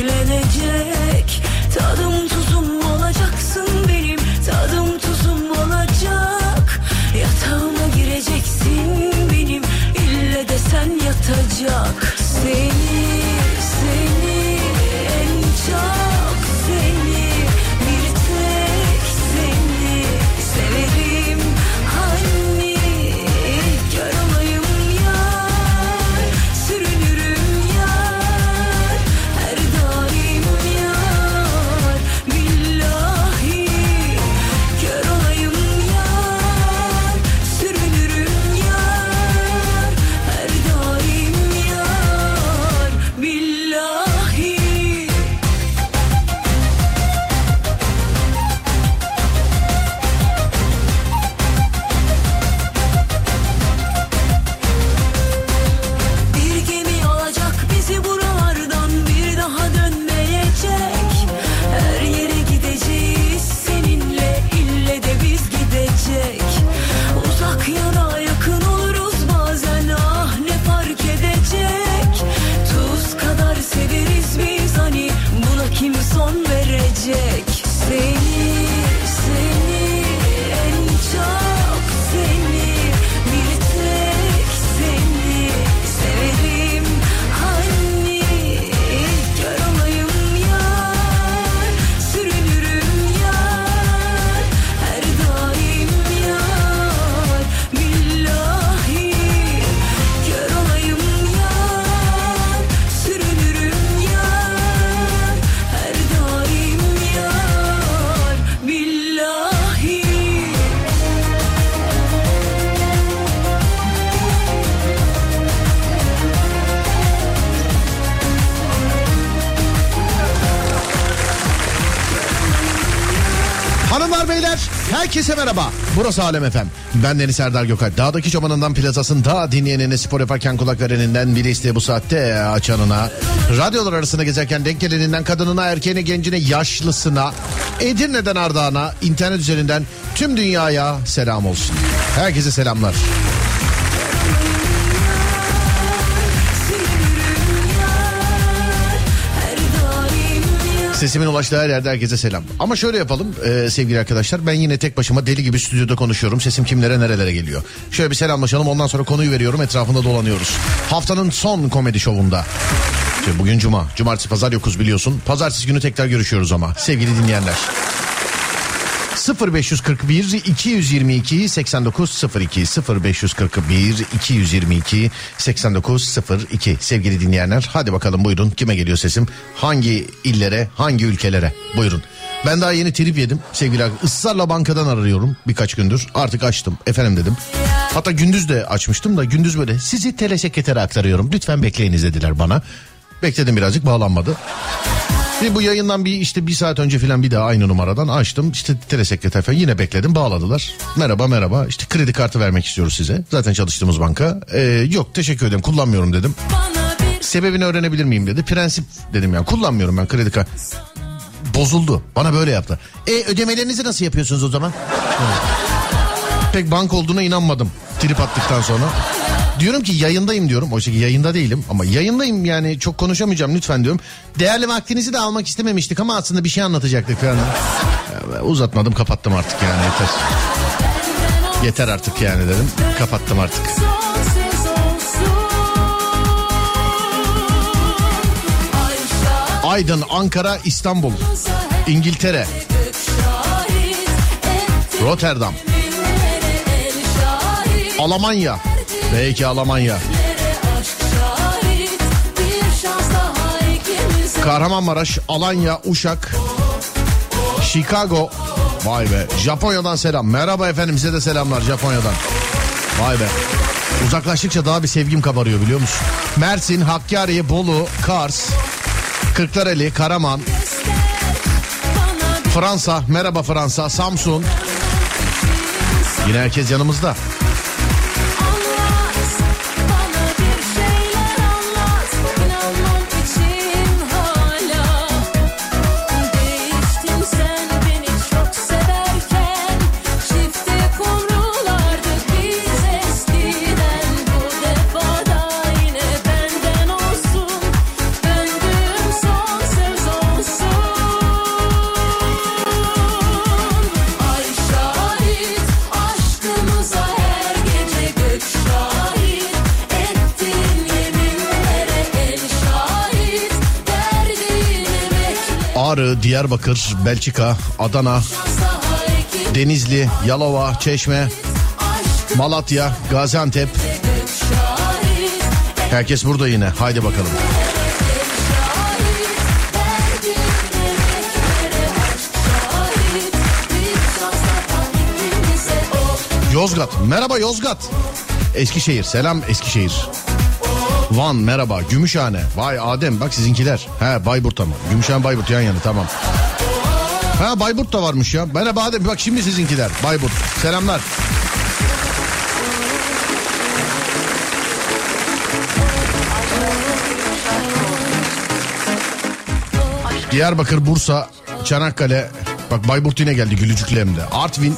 eklenecek. Tadım tuzum olacaksın benim, tadım tuzum olacak. Yatağıma gireceksin benim, ille de sen yatacak. Seni en çok seni, bir tek seni severim hani. Kör olayım yar, sürünürüm yar, her daim yar, billahi. Kör olayım yar, sürünürüm yar, her daim yar, billahi. Bir gemi alacak bizi buralardan, bir daha dönmeyecek. Her yere gideceğiz seninle, ille de biz gidecek. Uzak ya da yakın oluruz bazen, ah ne fark edecek. Tuz kadar severiz biz hani, buna kim son verecek? Seni en çok seni, bir tek seni severim hani. Kör olayım yar, sürünürüm yar, her daim yar, billahi. Kör olayım yar, sürünürüm yar, her daim yar, billahi. Hanımlar beyler herkese merhaba. Burası Alem FM. Ben Deniz Serdar Gökalp. Dağdaki çobanından plazasında dinleyenine, spor yaparken kulak vereninden, biri isteye bu saatte açanına, radyolar arasında gezerken denk geleninden, kadınına, erkeğine, gencine, yaşlısına, Edirne'den Ardahan'a, internet üzerinden tüm dünyaya selam olsun. Herkese selamlar. Sesimin ulaştığı her yerde herkese selam. Ama şöyle yapalım sevgili arkadaşlar. Ben yine tek başıma deli gibi stüdyoda konuşuyorum. Sesim kimlere nerelere geliyor. Şöyle bir selamlaşalım, ondan sonra konuyu veriyorum, etrafında dolanıyoruz. Haftanın son komedi şovunda. İşte bugün cuma. Cumartesi pazar yokuz biliyorsun. Pazartesi günü tekrar görüşüyoruz ama sevgili dinleyenler. 0541 222 8902 0541 222 8902 sevgili dinleyenler, hadi bakalım buyurun, kime geliyor sesim, hangi illere, hangi ülkelere, buyurun. Ben daha yeni trip yedim sevgili arkadaşlar, ısrarla bankadan arıyorum birkaç gündür, artık açtım efendim dedim. Hatta gündüz de açmıştım da, gündüz böyle sizi telesekretere aktarıyorum lütfen bekleyiniz dediler bana. Bekledim birazcık, bağlanmadı. Bu yayından bir saat önce falan bir daha aynı numaradan açtım. İşte telesekreter falan, yine bekledim, bağladılar. Merhaba işte kredi kartı vermek istiyoruz size. Zaten çalıştığımız banka. Yok teşekkür ederim, kullanmıyorum dedim. Sebebini öğrenebilir miyim dedi. Prensip dedim ya, kullanmıyorum ben kredi kartı. Bozuldu, bana böyle yaptı. Ödemelerinizi nasıl yapıyorsunuz o zaman? Pek banka olduğuna inanmadım trip attıktan sonra. Diyorum ki yayındayım diyorum. Oysa ki yayında değilim ama yayındayım, yani çok konuşamayacağım lütfen diyorum. Değerli vaktinizi de almak istememiştik ama aslında bir şey anlatacaktık falan. Uzatmadım, kapattım artık yani, yeter. Yeter artık yani dedim. Kapattım artık. Aydın, Ankara, İstanbul, İngiltere, Rotterdam, Almanya. Belki Almanya. Kahramanmaraş, Alanya, Uşak, Chicago. Vay be. Japonya'dan selam. Merhaba efendim, size de selamlar Japonya'dan. Vay be. Uzaklaştıkça daha bir sevgim kabarıyor biliyor musun? Mersin, Hakkari, Bolu, Kars, Kırklareli, Karaman, Fransa. Merhaba Fransa, Samsun. Yine herkes yanımızda. Ağrı, Diyarbakır, Belçika, Adana, Denizli, Yalova, Çeşme, Malatya, Gaziantep. Herkes burada yine. Haydi bakalım. Yozgat. Merhaba Yozgat. Eskişehir. Selam Eskişehir. Van merhaba. Gümüşhane. Vay Adem bak sizinkiler. He Bayburt'a mı? Gümüşhane Bayburt yan yana tamam. Ha Bayburt da varmış ya. Merhaba Adem bak şimdi sizinkiler. Bayburt. Selamlar. Diyarbakır, Bursa, Çanakkale. Bak Bayburt yine geldi Gülücük'le hem de. Artvin.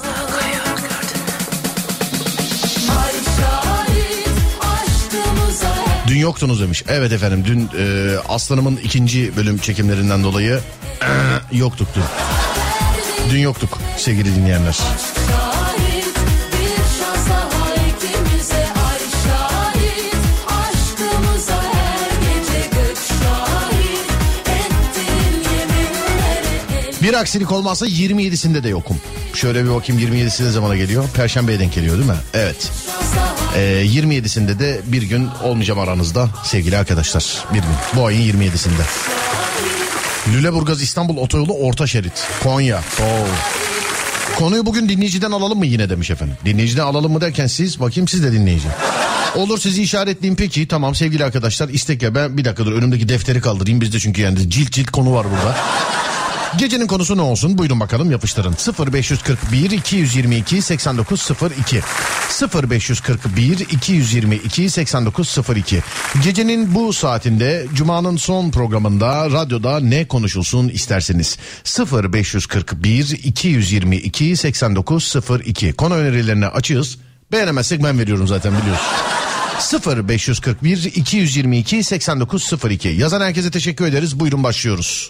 Dün yoktunuz demiş. Evet efendim dün Aslanım'ın 2. bölüm çekimlerinden dolayı yoktuk dün. Dün yoktuk sevgili dinleyenler. Bir aksilik olmazsa 27'sinde de yokum. Şöyle bir bakayım 27'si ne zamana geliyor? Perşembeye denk geliyor değil mi? Evet. 27'sinde de bir gün olmayacağım aranızda sevgili arkadaşlar. Bir gün. Bu ayın 27'sinde. Lüleburgaz İstanbul Otoyolu orta şerit. Konya. Konuyu bugün dinleyiciden alalım mı yine demiş efendim. Dinleyiciden alalım mı derken siz bakayım siz de dinleyici. Olur sizi işaretleyeyim peki tamam sevgili arkadaşlar istek ya ben bir dakika dur önümdeki defteri kaldırayım bizde çünkü yani cilt konu var burada. Gecenin konusu ne olsun? Buyurun bakalım yapıştırın. 0541 222 8902 0541 222 8902 Gecenin bu saatinde Cuma'nın son programında radyoda ne konuşulsun isterseniz 0541 222 8902 konu önerilerini açığız. Beğenemezsek ben veriyorum zaten biliyorsun. 0541 222 8902 yazan herkese teşekkür ederiz. Buyurun başlıyoruz.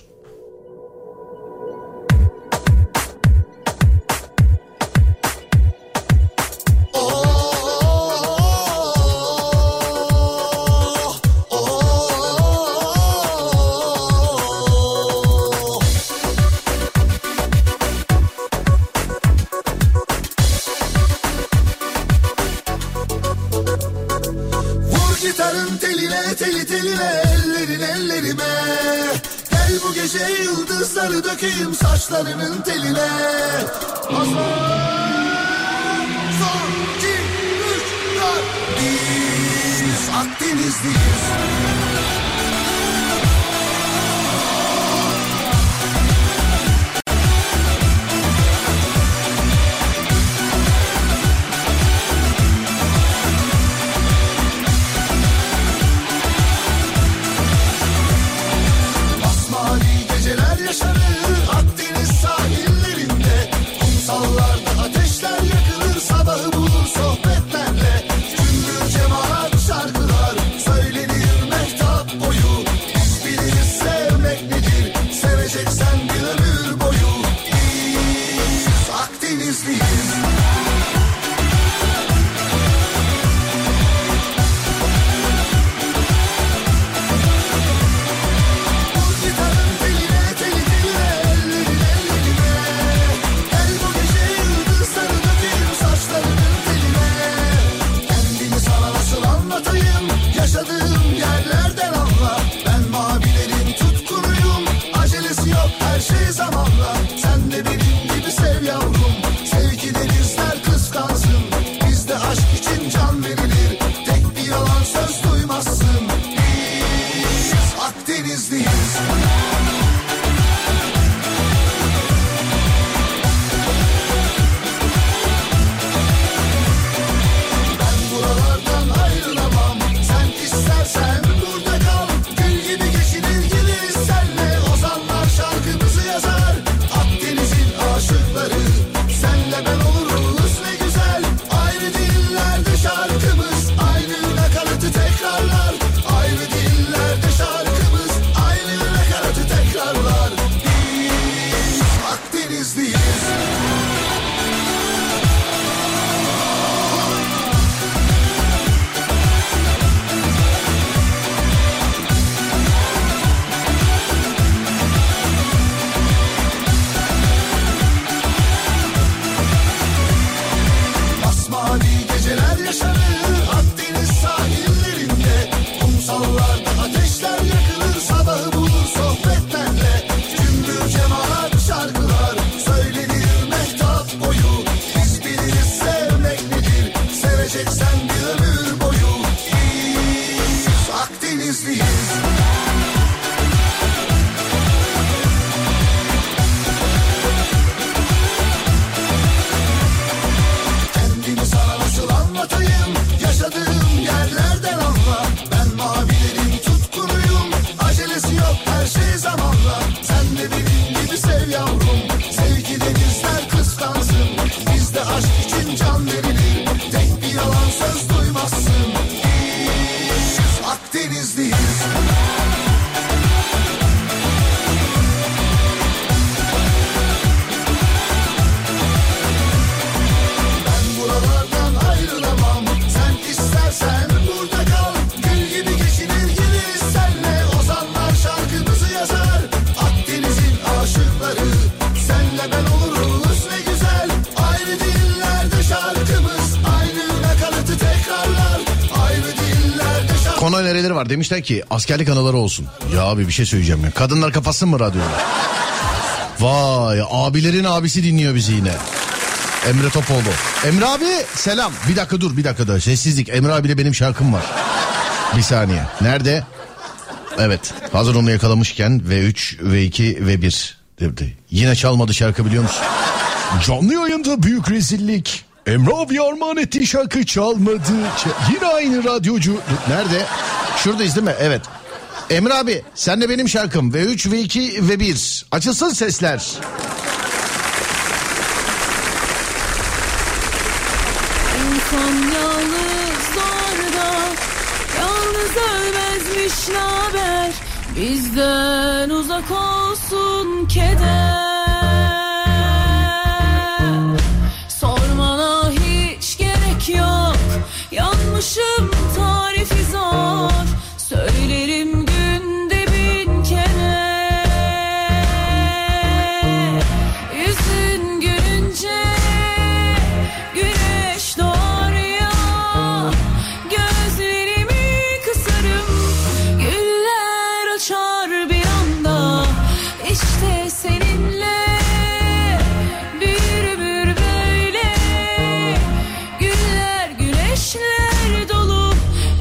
Yıldızları dökeyim saçlarının teline. Son 2, 3, 4. Biz Akdenizliyiz. Akdeniz sahillerinde kumsallarda ateşler yakılır sabahı bulur sohbetlerle. Cümbür cemaat şarkılar söylenir konu önerileri var. Demişler ki askerlik anıları olsun. Ya abi bir şey söyleyeceğim ya. Kadınlar kapatsın mı radyoyu? Vay, abilerin abisi dinliyor bizi yine. Emre Topoğlu. Emre abi selam. Bir dakika dur. Sessizlik. Emre abiyle benim şarkım var. Bir saniye. Nerede? Evet. Hazır onu yakalamışken V3, V2, V1 dedi. Yine çalmadı şarkı, biliyor musun? Canlı yayında büyük rezillik. Emre abi armağan ettiği şarkı çalmadı. Yine aynı radyocu. Nerede? Şuradayız değil mi? Evet. Emre abi sen de benim şarkım. V3, V2, V1. Açılsın sesler. İnsan yalnızlarda yalnız ölmezmiş naber. Bizden uzak olsun keder. Sormana hiç gerek yok. Yanmışım tarifi zor. Söylerim günde 1000 kere. Yüzün gülünce güneş doğar ya. Gözlerimi kısarım. Güller açar bir anda. İşte seninle bir ömür böyle. Güller güneşler dolu.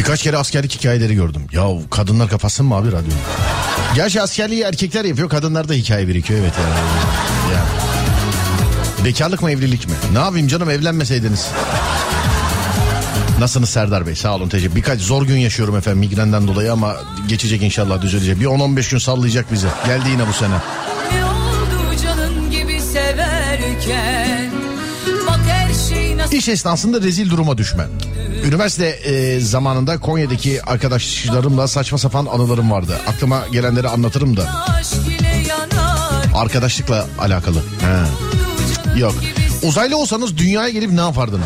Birkaç kere askerlik hikayeleri gördüm. Ya kadınlar kapatsın mı abi radyoyu? Gerçi askerliği erkekler yapıyor, kadınlarda hikaye birikiyor, evet yani. Ya. Bekarlık mı evlilik mi? Ne yapayım canım, evlenmeseydiniz. Nasılsınız Serdar Bey? Sağ olun, teşekkür. Birkaç zor gün yaşıyorum efendim migrenden dolayı ama geçecek inşallah, düzelecek. Bir 10-15 gün sallayacak bizi. Geldi yine bu sene. Ne oldu canın gibi severken? Bak her şey nasıl... İş esnasında rezil duruma düşme. Üniversite zamanında Konya'daki arkadaşlarımla saçma sapan anılarım vardı. Aklıma gelenleri anlatırım da. Arkadaşlıkla alakalı. He. Yok. Uzaylı olsanız dünyaya gelip ne yapardınız?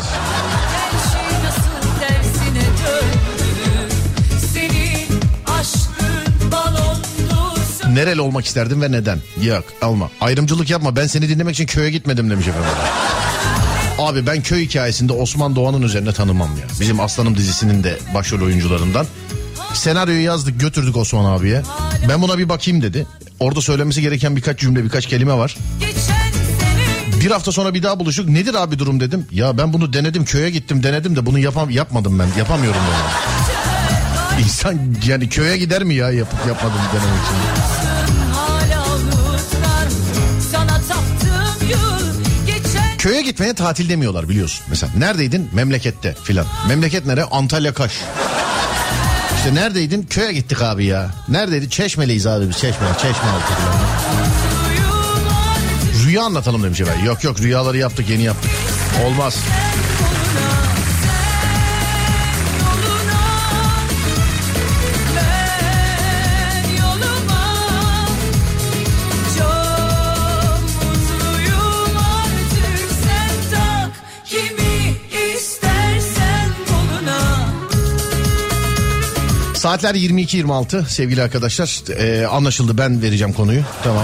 Nereli olmak isterdin ve neden? Yok, alma. Ayrımcılık yapma, ben seni dinlemek için köye gitmedim demiş efendim. Abi ben köy hikayesinde Osman Doğan'ın üzerine tanımam ya. Bizim Aslanım dizisinin de başrol oyuncularından. Senaryoyu yazdık, götürdük Osman abiye. Ben buna bir bakayım dedi. Orada söylemesi gereken birkaç cümle, birkaç kelime var. Bir hafta sonra bir daha buluştuk. Nedir abi durum dedim. Ya ben bunu denedim, köye gittim denedim de bunu yapmadım ben. Yapamıyorum ben. İnsan yani köye gider mi ya yapmadım denemek için? Köye gitmeye tatil demiyorlar biliyorsun. Mesela neredeydin? Memlekette filan. Memleket nere? Antalya Kaş. İşte neredeydin? Köye gittik abi ya. Neredeydin? Çeşmeliyiz abi biz. Çeşme altı filan. Rüya anlatalım demiş efendim. Yok rüyaları yaptık, yeni yaptık. Olmaz. Saatler 22.26 sevgili arkadaşlar. Anlaşıldı, ben vereceğim konuyu. Tamam.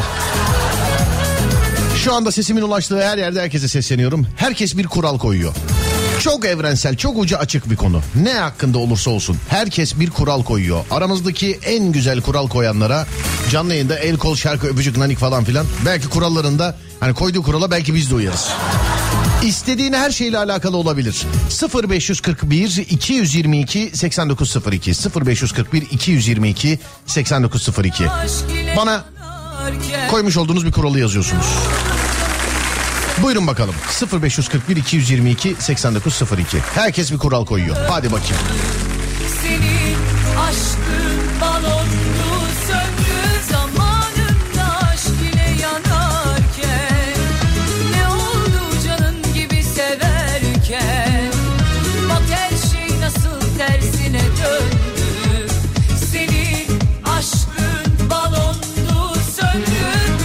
Şu anda sesimin ulaştığı her yerde herkese sesleniyorum. Herkes bir kural koyuyor. Çok evrensel, çok ucu açık bir konu. Ne hakkında olursa olsun herkes bir kural koyuyor. Aramızdaki en güzel kural koyanlara canlı yayında el kol şarkı öpücük nanik falan filan. Belki kurallarında hani koyduğu kurala belki biz de uyarız. İstediğin her şeyle alakalı olabilir. 0541 222 8902 0541 222 8902. Bana koymuş olduğunuz bir kuralı yazıyorsunuz. Buyurun bakalım. 0541 222 8902. Herkes bir kural koyuyor. Hadi bakayım. Senin aşkın balonlu söndü zamanında aşk ile yanarken. Ne oldu canın gibi severken? Bak her şey nasıl tersine döndü. Senin aşkın balonlu söndü.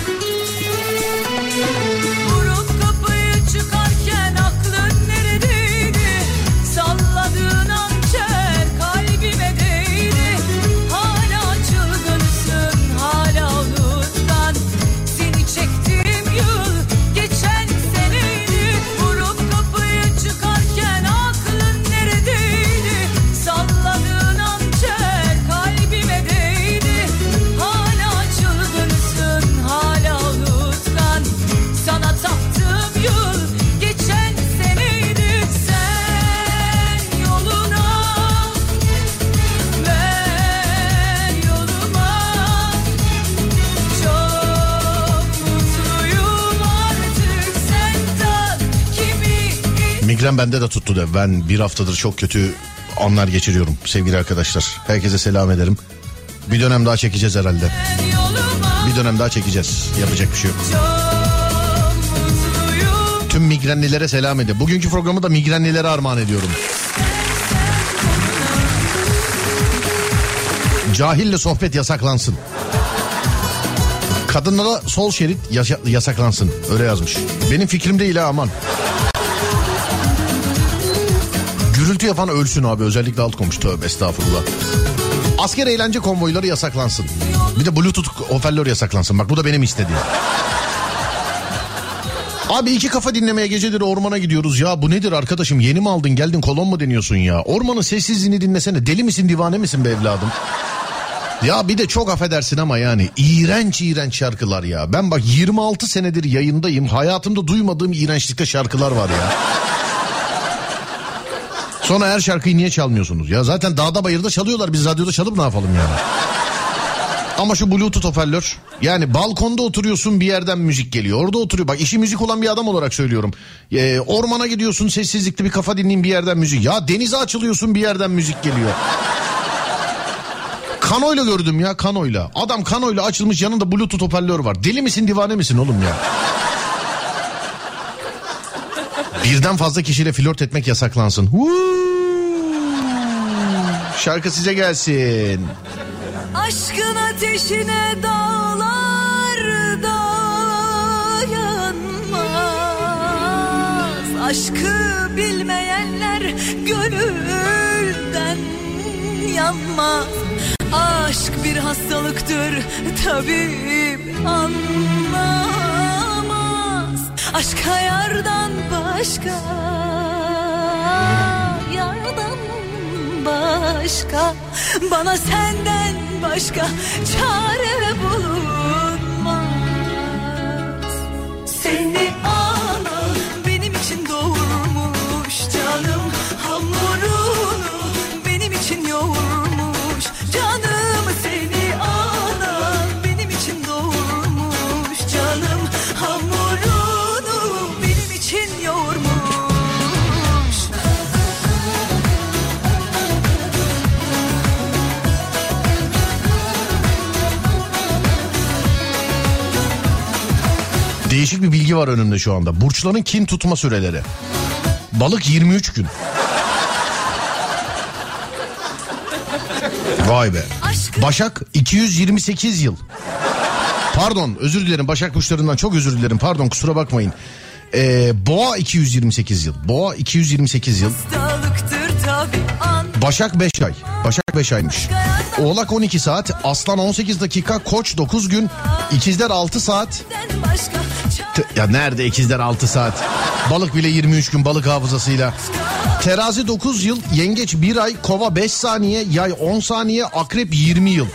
Migren bende de tuttu da ben bir haftadır çok kötü anlar geçiriyorum sevgili arkadaşlar. Herkese selam ederim. Bir dönem daha çekeceğiz herhalde. Bir dönem daha çekeceğiz. Yapacak bir şey yok. Tüm migrenlilere selam edin. Bugünkü programı da migrenlilere armağan ediyorum. Cahille sohbet yasaklansın. Kadınlara sol şerit yasaklansın. Öyle yazmış. Benim fikrim değil ha, aman. Gürültü yapan ölsün abi, özellikle alt komşu, tövbe estağfurullah. Asker eğlence konvoyları yasaklansın. Bir de Bluetooth hoparlör yasaklansın. Bak bu da benim istediğim. Abi iki kafa dinlemeye geceleri ormana gidiyoruz. Ya bu nedir arkadaşım, yeni mi aldın geldin kolon mu deniyorsun ya? Ormanın sessizliğini dinlesene, deli misin divane misin be evladım? Ya bir de çok affedersin ama yani iğrenç şarkılar ya. Ben bak 26 senedir yayındayım, hayatımda duymadığım iğrençlikte şarkılar var ya. Sonra her şarkıyı niye çalmıyorsunuz? Ya zaten dağda bayırda çalıyorlar, biz radyoda çalıp ne yapalım yani? Ama şu Bluetooth hoparlör, yani balkonda oturuyorsun bir yerden müzik geliyor. Orada oturuyor, bak işi müzik olan bir adam olarak söylüyorum. Ormana gidiyorsun, sessizlikte bir kafa dinleyin, bir yerden müzik. Ya denize açılıyorsun, bir yerden müzik geliyor. Kanoyla gördüm ya, kanoyla. Adam kanoyla açılmış, yanında Bluetooth hoparlör var. Deli misin, divane misin oğlum ya? Birden fazla kişiyle flört etmek yasaklansın. Şarkı size gelsin. Aşkın ateşine dağlar dayanmaz. Aşkı bilmeyenler gönülden yanmaz. Aşk bir hastalıktır, tabip anlamaz. Aşka yardan başka, yardan başka, bana senden başka çare bulunmaz. Seni ana benim için doğurmuş, canım hamurunu benim için yoğurmuş. Canım seni ana benim için doğurmuş, canım hamurunu benim için yoğurmuş. Değişik bir bilgi var önümde şu anda. Burçların kin tutma süreleri. Balık 23 gün. Vay be. Başak 228 yıl. Pardon, özür dilerim, Başak burçlarından çok özür dilerim. Pardon, kusura bakmayın. Boğa 228 yıl. Boğa 228 yıl. Başak 5 ay. Başak 5 aymış. Oğlak 12 saat. Aslan 18 dakika. Koç 9 gün. İkizler 6 saat. Ya nerede ikizler 6 saat? Balık bile 23 gün balık hafızasıyla. Terazi 9 yıl. Yengeç 1 ay. Kova 5 saniye. Yay 10 saniye. Akrep 20 yıl.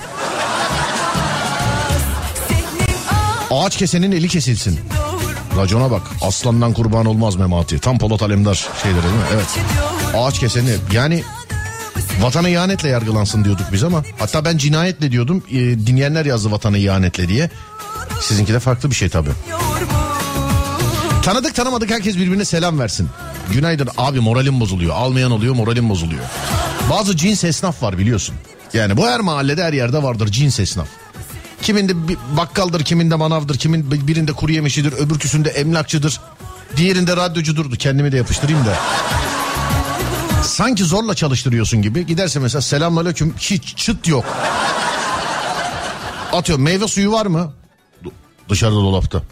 Ağaç kesenin eli kesilsin. Racona bak. Aslandan kurban olmaz Memati. Tam Polat Alemdar şeyleri değil mi? Evet. Ağaç keseni yani vatana ihanetle yargılansın diyorduk biz ama. Hatta ben cinayetle diyordum. Dinleyenler yazdı vatana ihanetle diye. Sizinki de farklı bir şey tabii. Tanıdık tanımadık herkes birbirine selam versin. Günaydın abi, moralim bozuluyor. Almayan oluyor, moralim bozuluyor. Bazı cins esnaf var biliyorsun. Yani bu her mahallede her yerde vardır cins esnaf. Kiminde bakkaldır, kiminde manavdır, kimin birinde kuru yemişidir, öbürküsünde emlakçıdır. Diğerinde radyocudur. Kendimi de yapıştırayım da. Sanki zorla çalıştırıyorsun gibi. Giderse mesela selamünaleyküm, hiç çıt yok. Atıyorum, meyve suyu var mı? Dışarıda dolapta.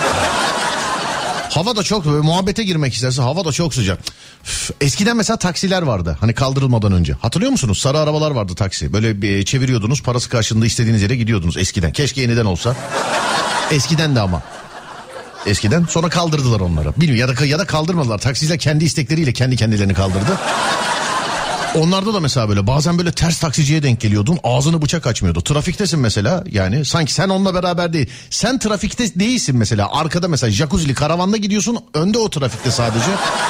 Hava da çok, muhabbete girmek isterse hava da çok sıcak. Eskiden mesela taksiler vardı hani kaldırılmadan önce. Hatırlıyor musunuz? Sarı arabalar vardı, taksi. Böyle bir çeviriyordunuz, parası karşılığında istediğiniz yere gidiyordunuz eskiden. Keşke yeniden olsa. Eskiden de ama. Eskiden, sonra kaldırdılar onları. Bilmiyorum ya da kaldırmadılar. Taksiciler kendi istekleriyle kendi kendilerini kaldırdı. Onlarda da mesela böyle bazen böyle ters taksiciye denk geliyordun, ağzını bıçak açmıyordu. Trafiktesin mesela, yani sanki sen onunla beraber değil. Sen trafikte değilsin mesela, arkada mesela jacuzzi'li karavanda gidiyorsun, önde o trafikte sadece.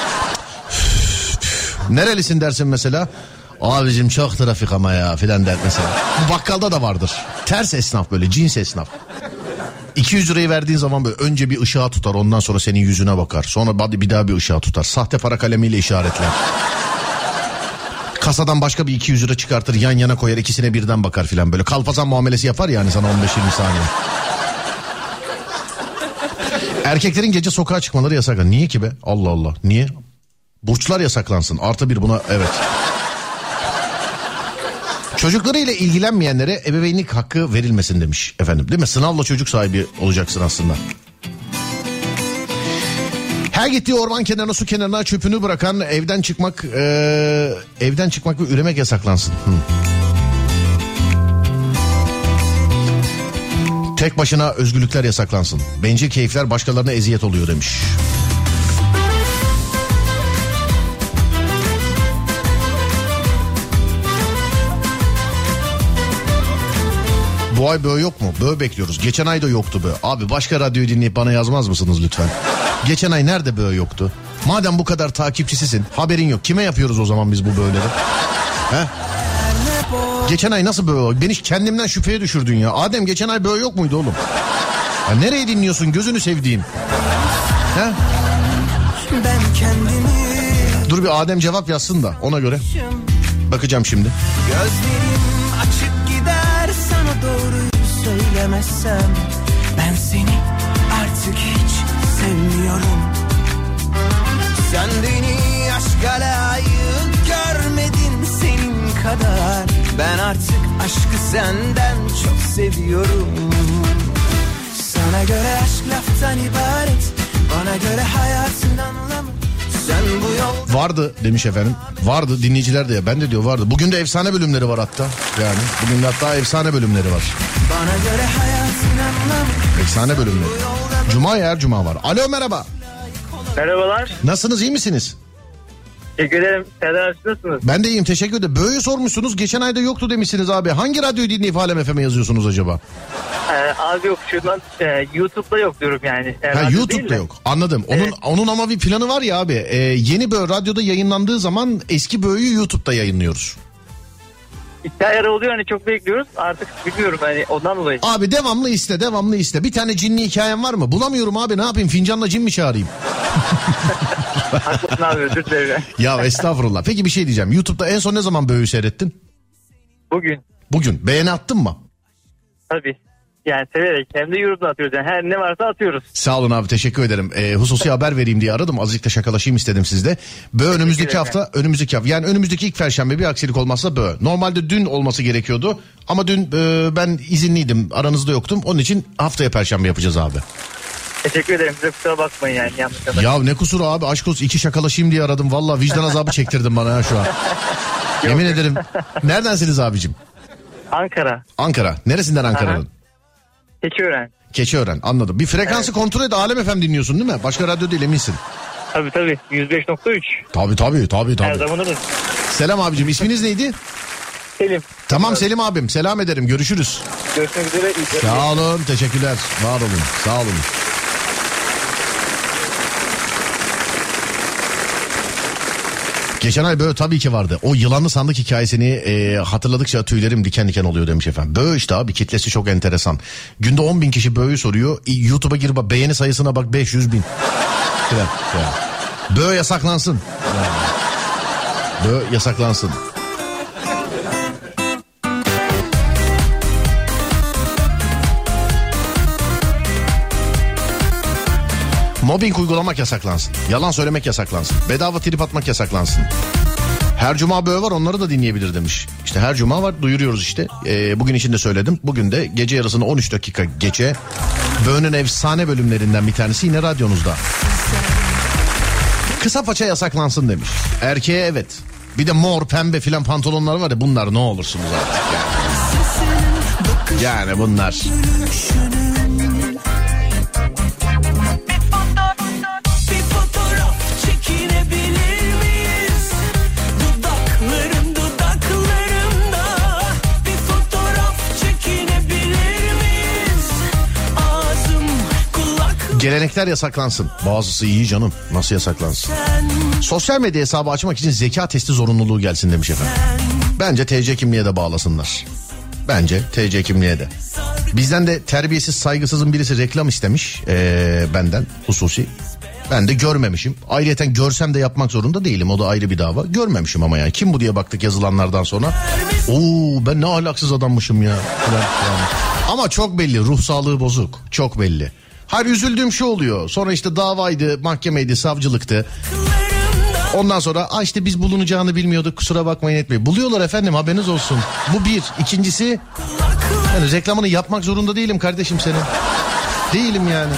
Nerelisin dersin mesela, abicim çok trafik ama ya filan der mesela. Bu bakkalda da vardır. Ters esnaf, böyle cins esnaf. 200 lirayı verdiğin zaman böyle önce bir ışığa tutar, ondan sonra senin yüzüne bakar. Sonra bir daha bir ışığa tutar. Sahte para kalemiyle işaretler. Kasadan başka bir 200 lira çıkartır, yan yana koyar, ikisine birden bakar filan, böyle kalpazan muamelesi yapar yani sana 15-20 saniye. Erkeklerin gece sokağa çıkmaları yasak. Niye ki be? Allah Allah. Niye? Burçlar yasaklansın. +1 buna, evet. Çocuklarıyla ilgilenmeyenlere ebeveynlik hakkı verilmesin demiş efendim. Değil mi? Sınavla çocuk sahibi olacaksın aslında. Her gittiği orman kenarına, su kenarına çöpünü bırakan evden çıkmak ve üremek yasaklansın. Tek başına özgürlükler yasaklansın. Bencil keyifler başkalarına eziyet oluyor demiş. Bu ay böğ yok mu? Böğ bekliyoruz. Geçen ay da yoktu böğ. Abi başka radyoyu dinleyip bana yazmaz mısınız lütfen? Geçen ay nerede böğ yoktu? Madem bu kadar takipçisisin, haberin yok. Kime yapıyoruz o zaman biz bu böyleleri? He? Geçen ay nasıl böyle? Beni kendimden şüpheye düşürdün ya. Adem geçen ay böyle yok muydu oğlum? Ya nereye dinliyorsun gözünü sevdiğim? He? Ben kendimi... Dur bir Adem cevap yazsın da ona göre. Bakacağım şimdi. Gözlerim açık gider sana doğruyu söylemezsem. Ben seni artık hiç sevmiyorum. Sen beni aşka layık görmedin senin kadar. Ben artık aşkı senden çok seviyorum. Sana göre aşk laftan ibaret, bana göre hayatın anlamı. Sen bu yolda... Vardı demiş efendim. Vardı, dinleyiciler de ya. Ben de diyor vardı. Bugün de efsane bölümleri var hatta. Yani bugün de hatta efsane bölümleri var. Bana göre hayatın anlamı. Efsane bölümleri. Cuma ya, her cuma var. Alo, merhaba. Merhabalar. Nasılsınız, iyi misiniz? Teşekkür ederim. Serdar, nasılsınız? Ben de iyiyim, teşekkür ederim. Böyle sormuşsunuz, geçen ayda yoktu demişsiniz abi. Hangi radyoyu dinleyip Alem FM'e yazıyorsunuz acaba? Abi yok, şuradan YouTube'da yok diyorum yani. Ha, YouTube'da yok, anladım. Onun ama bir planı var ya abi. Yeni böyle radyoda yayınlandığı zaman eski bölüyü YouTube'da yayınlıyoruz. İhtiyar oluyor, hani çok bekliyoruz. Artık bilmiyorum, hani ondan dolayı. Abi devamlı iste. Bir tane cinli hikayen var mı? Bulamıyorum abi, ne yapayım, fincanla cin mi çağırayım? Haklısın abi, özür dilerim. Ya estağfurullah. Peki bir şey diyeceğim. YouTube'da en son ne zaman bölüyü seyrettin? Bugün. Beğeni attın mı? Tabii. Yani severek, hem de yorumda atıyoruz. Yani her ne varsa atıyoruz. Sağ olun abi, teşekkür ederim. Hususi haber vereyim diye aradım. Azıcık da şakalaşayım istedim sizde. Önümüzdeki hafta yani önümüzdeki ilk perşembe bir aksilik olmazsa normalde dün olması gerekiyordu. Ama dün ben izinliydim, aranızda yoktum. Onun için haftaya perşembe yapacağız abi. Teşekkür ederim, size kusura bakmayın yani. Ya ne kusuru abi, aşk olsun, 2 şakalaşayım diye aradım. Vallahi vicdan azabı çektirdin bana ya şu an. Yemin ederim. Neredensiniz abicim? Ankara. Neresinden Ankara'nın? Keçiören, anladım. Bir frekansı kontrol et, Alem FM dinliyorsun değil mi? Başka radyo değil, eminsin. Tabii 105.3. Tabii. Her zaman olur. Selam abicim, isminiz neydi? Selim. Tamam Selim abim, selam ederim, görüşürüz. Görüşmek üzere. Sağ olun, teşekkürler, var olun, sağ olun. Geçen ay böyle tabii ki vardı. O yılanlı sandık hikayesini hatırladıkça tüylerim diken diken oluyor demiş efendim. Böyle işte abi, kitlesi çok enteresan. Günde 10.000 kişi böyle soruyor. YouTube'a gir bak, beğeni sayısına bak, 500.000. Böyle yasaklansın. Böyle yasaklansın. Mobbing uygulamak yasaklansın. Yalan söylemek yasaklansın. Bedava trip atmak yasaklansın. Her cuma böyle var, onları da dinleyebilir demiş. İşte her cuma var, duyuruyoruz işte. Bugün için de söyledim. Bugün de gece yarısını 13 dakika geçe Böğün'ün efsane bölümlerinden bir tanesi yine radyonuzda. Kısa paça yasaklansın demiş. Erkeğe evet. Bir de mor pembe filan pantolonlar var ya, bunlar ne olursunuz artık yani. Yani bunlar. Gelenekler yasaklansın. Bazısı iyi canım. Nasıl yasaklansın? Sosyal medya hesabı açmak için zeka testi zorunluluğu gelsin demiş efendim. Bence TC kimliğe de bağlasınlar. Bence TC kimliğe de. Bizden de terbiyesiz, saygısızın birisi reklam istemiş. Benden hususi. Ben de görmemişim. Ayrıyeten görsem de yapmak zorunda değilim. O da ayrı bir dava. Görmemişim ama yani. Kim bu diye baktık yazılanlardan sonra. Ben ne ahlaksız adammışım ya. Ama çok belli. Ruh sağlığı bozuk. Çok belli. Hayır, üzüldüğüm şu oluyor. Sonra işte davaydı, mahkemeydi, savcılıktı. Ondan sonra işte biz bulunacağını bilmiyorduk, kusura bakmayın etmeyin. Buluyorlar efendim, haberiniz olsun. Bu bir. İkincisi, yani reklamını yapmak zorunda değilim kardeşim senin. Değilim yani.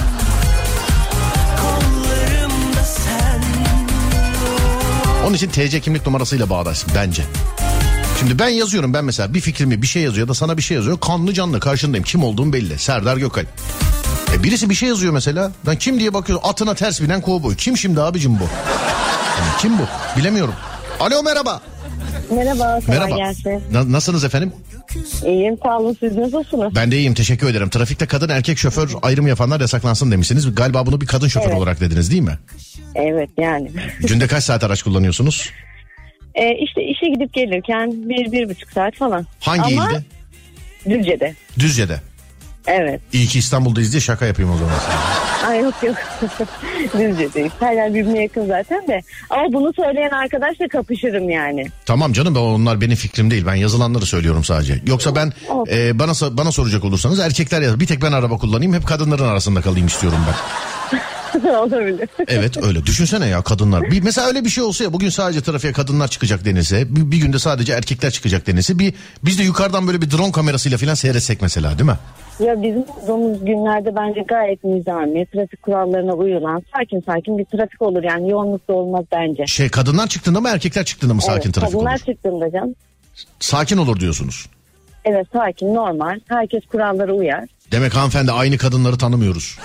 Onun için TC kimlik numarasıyla bağdaşsın bence. Şimdi ben yazıyorum, ben mesela bir fikrimi, bir şey yazıyor ya da sana bir şey yazıyor. Kanlı canlı karşındayım, kim olduğum belli. Serdar Gökalp. Birisi bir şey yazıyor mesela. Ben kim diye bakıyorum, atına ters binen kovboy. Kim şimdi abicim bu? Yani kim bu? Bilemiyorum. Alo, merhaba. Merhaba, kolay Merhaba. gelsin. Nasılsınız efendim? İyiyim, sağ olun. Siz nasılsınız? Ben de iyiyim, teşekkür ederim. Trafikte kadın erkek şoför ayrımı yapanlar yasaklansın demişsiniz. Galiba bunu bir kadın şoför Evet. olarak dediniz değil mi? Evet, yani. Günde kaç saat araç kullanıyorsunuz? İşte işe gidip gelirken 1-1,5 saat falan. Hangi Ama ilde? Düzce'de. Düzce'de. Evet. İyi ki İstanbul'dayız diye şaka yapayım o zaman. Ay yok. Düzce'deyiz. Her yer birbirine yakın zaten de. Ama bunu söyleyen arkadaşla kapışırım yani. Tamam canım, onlar benim fikrim değil. Ben yazılanları söylüyorum sadece. Yoksa ben bana soracak olursanız erkekler yazar. Bir tek ben araba kullanayım, hep kadınların arasında kalayım istiyorum ben. Olabilir. Evet öyle. Düşünsene ya, kadınlar. Mesela öyle bir şey olsa ya, bugün sadece trafiğe kadınlar çıkacak denilse, bir günde sadece erkekler çıkacak denilse, biz de yukarıdan böyle bir drone kamerasıyla falan seyretsek mesela, değil mi? Ya bizim olduğumuz günlerde bence gayet nizami, trafik kurallarına uyulan, sakin bir trafik olur yani, yoğunluk da olmaz bence. Kadınlar çıktığında mı erkekler çıktığında mı sakin trafik kadınlar olur? çıktığında canım. Sakin olur diyorsunuz. Evet, sakin, normal. Herkes kurallara uyar. Demek hanımefendi aynı kadınları tanımıyoruz.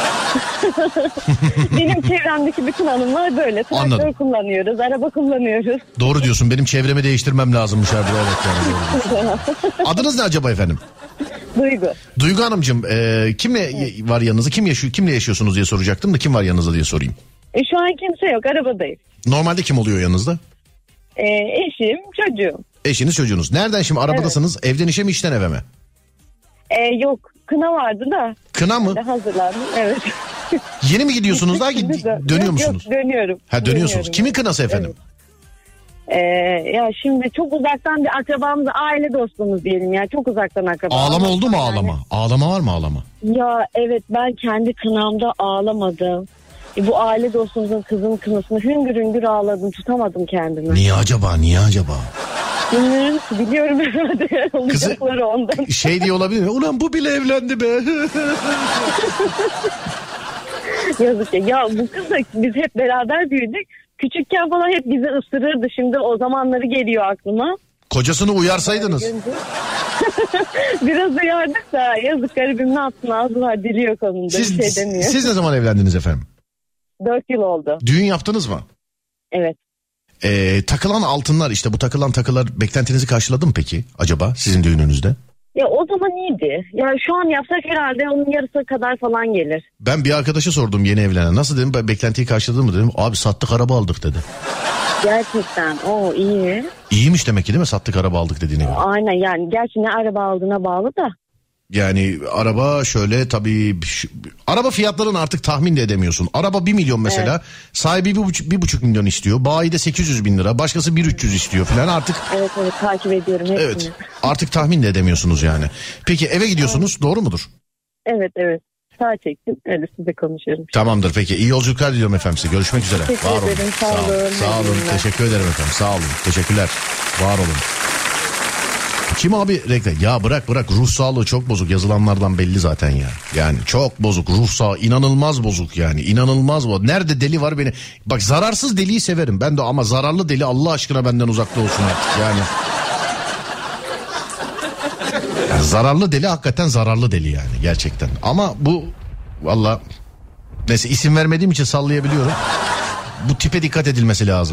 Benim çevremdeki bütün hanımlar böyle. Traktör Anladım. kullanıyoruz, araba kullanıyoruz. Doğru diyorsun, benim çevremi değiştirmem lazımmış abi. Evet, yani doğru. Adınız ne acaba efendim? Duygu. Duygu Hanımcığım, kimle var yanınızda, kimle yaşıyorsunuz diye soracaktım da kim var yanınızda diye sorayım. Şu an kimse yok, arabadayım. Normalde kim oluyor yanınızda? Eşim, çocuğum. Eşiniz, çocuğunuz. Nereden şimdi arabadasınız? Evet. Evden işe mi, işten eve mi? Yok, kına vardı da. Kına mı? Hazırlandım, evet. Yeni mi gidiyorsunuz daha, dönüyor musunuz? Yok, dönüyorum. Ha, dönüyorsunuz. Dönüyorum. Kimin kınası efendim? Evet. Ya şimdi çok uzaktan bir akrabamız, aile dostumuz diyelim ya, çok uzaktan akrabamız. Ağlama oldu mu, yani. ağlama? Ağlama var mı, ağlama? Ya evet, ben kendi kınamda ağlamadım. Bu aile dostumuzun kızının kınasını hüngür hüngür ağladım, tutamadım kendimi. Niye acaba? Bilmiyorum ki, biliyorum herhalde olacakları ondan. Şey diye olabilir mi? Ulan bu bile evlendi be. Yazık ya bu kız da, biz hep beraber büyüdük. Küçükken falan hep bizi ısırırdı. Şimdi o zamanları geliyor aklıma. Kocasını uyarsaydınız. Biraz uyardık da yazık, garibim ne yapsın, ağzı var dili yok onun da, bir şey demiyor. Siz ne zaman evlendiniz efendim? 4 yıl oldu. Düğün yaptınız mı? Evet. Takılan altınlar, işte bu takılan takılar beklentinizi karşıladı mı peki acaba sizin düğününüzde? Ya o zaman iyiydi. Ya şu an yapsak herhalde onun yarısı kadar falan gelir. Ben bir arkadaşa sordum, yeni evlenen. Nasıl dedim, ben beklentiyi karşıladı mı dedim. Abi sattık araba aldık dedi. Gerçekten o iyi. İyiymiş demek ki, değil mi, sattık araba aldık dediğine göre. Aynen, yani gerçi ne araba aldığına bağlı da. Yani araba şöyle tabii, araba fiyatlarını artık tahmin de edemiyorsun. Araba 1 milyon mesela, evet. Sahibi 1,5 milyon istiyor. Bayide 800 bin lira, başkası 1,300 istiyor falan artık. Evet takip ediyorum hepsini. Evet, artık tahmin de edemiyorsunuz yani. Peki eve gidiyorsunuz, evet. Doğru mudur? Evet. Sağ çektim, öyle size konuşuyorum. Tamamdır peki, iyi yolculuklar diliyorum efendim size. Görüşmek üzere. Teşekkür ederim, sağ olun. Sağ olun, teşekkür ederim efendim, sağ olun, teşekkürler, var olun. Kim abi reklam? Ya bırak ruh sağlığı çok bozuk, yazılanlardan belli zaten ya. Yani çok bozuk, ruh sağlığı inanılmaz bozuk yani, inanılmaz bozuk. Nerede deli var beni? Bak, zararsız deliyi severim ben de, ama zararlı deli Allah aşkına benden uzakta olsun artık yani. Yani zararlı deli hakikaten zararlı deli yani, gerçekten. Ama bu valla, neyse, isim vermediğim için sallayabiliyorum. Bu tipe dikkat edilmesi lazım.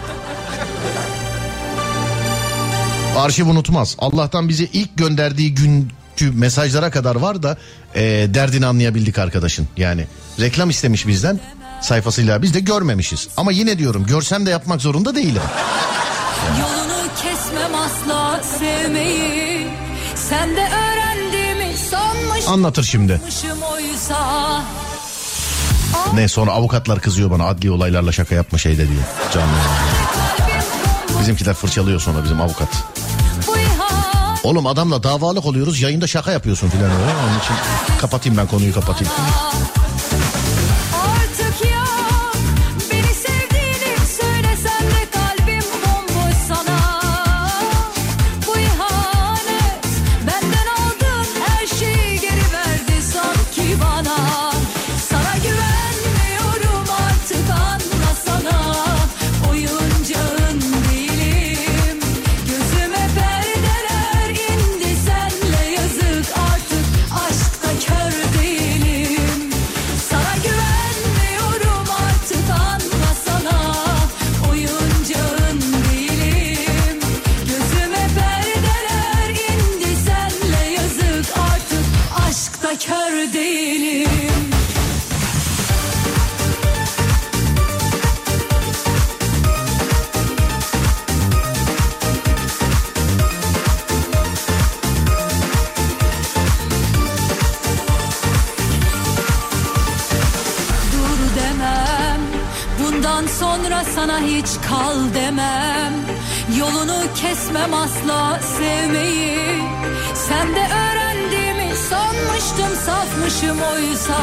Arşiv unutmaz. Allah'tan bize ilk gönderdiği günkü mesajlara kadar var da derdini anlayabildik arkadaşın. Yani reklam istemiş bizden sayfasıyla, biz de görmemişiz. Ama yine diyorum, görsem de yapmak zorunda değilim. Yani. Yolunu kesmem asla sevmeyi, sen de öğrendiğimi sanmış. Anlatır şimdi. Ne, sonra avukatlar kızıyor bana, adli olaylarla şaka yapma şeyde diyor. Canlı. Bizimkiler fırçalıyor sonra, bizim avukat. Oğlum adamla davalık oluyoruz, yayında şaka yapıyorsun filan öyle. Onun için kapatayım, ben konuyu kapatayım. Artık ya beni sevdiğini söylesen de kalbim bomboş sana. Bu ihanet, benden aldın her şeyi geri verdi sanki bana. Sana güvenmiyorum artık, anlasana. Oyuncağın değilim, gözüme perdeler indi senle, yazık artık aşkta kör değilim. da sana hiç kal demem. Yolunu kesmem asla sevmeyi. Sen de öğrendiğimi sanmıştım, safmışım oysa.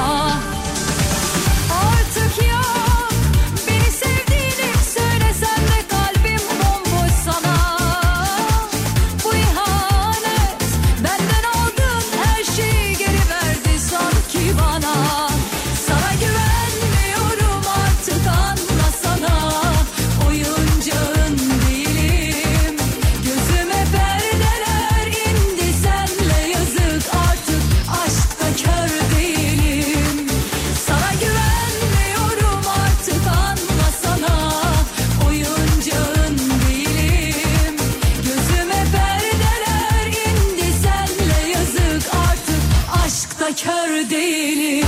Artık yok beni sevdiğini söylesen de kalbim bomboş sana. Bu ihanet, benden aldığın her şeyi geri verdi sanki bana. Sana güvenmiyorum artık, anlasana. Oyuncağın değilim, gözüme perdeler indi, senle yazık artık, aşkta kör değilim. Sana güvenmiyorum artık, anlasana. Oyuncağın değilim, gözüme perdeler indi, senle yazık artık, aşkta kör değilim.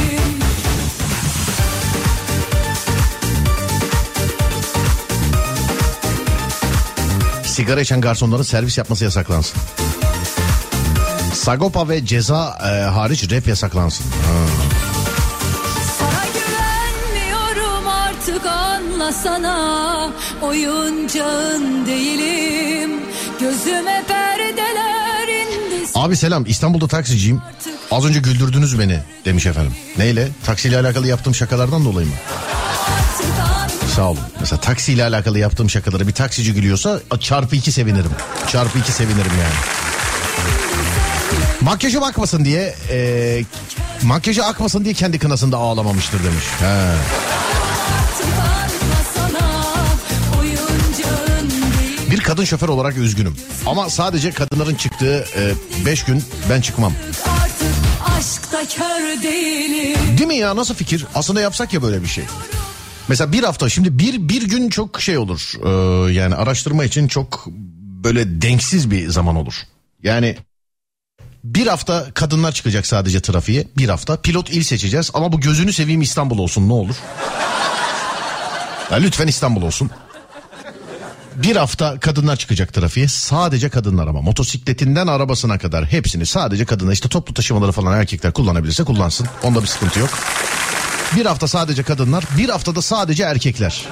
Sigara içen garsonların servis yapması yasaklansın. Sagopa ve Ceza hariç rap yasaklansın. Sana güvenmiyorum artık, anlasana. Oyuncağın değilim, gözüme perdeler indi. Abi selam, İstanbul'da taksiciyim. Az önce güldürdünüz beni demiş efendim. Neyle? Taksiyle alakalı yaptığım şakalardan dolayı mı? Sağ olun. Mesela taksiyle alakalı yaptığım şakaları bir taksici gülüyorsa çarpı 2 sevinirim. Çarpı 2 sevinirim yani. Makyajı akmasın diye kendi kınasında ağlamamıştır demiş. He. Bir kadın şoför olarak üzgünüm. Ama sadece kadınların çıktığı 5 gün ben çıkmam. Değil mi ya, nasıl fikir? Aslında yapsak ya böyle bir şey. Mesela bir hafta, şimdi bir gün çok şey olur. Yani araştırma için çok böyle denksiz bir zaman olur. Yani bir hafta kadınlar çıkacak sadece trafiğe. Bir hafta pilot il seçeceğiz. Ama bu gözünü seveyim İstanbul olsun, ne olur. Ya lütfen İstanbul olsun. Bir hafta kadınlar çıkacak trafiğe. Sadece kadınlar ama. Motosikletinden arabasına kadar hepsini sadece kadınlar. İşte toplu taşımaları falan erkekler kullanabilirse kullansın. Onda bir sıkıntı yok. Bir hafta sadece kadınlar, bir haftada sadece erkekler.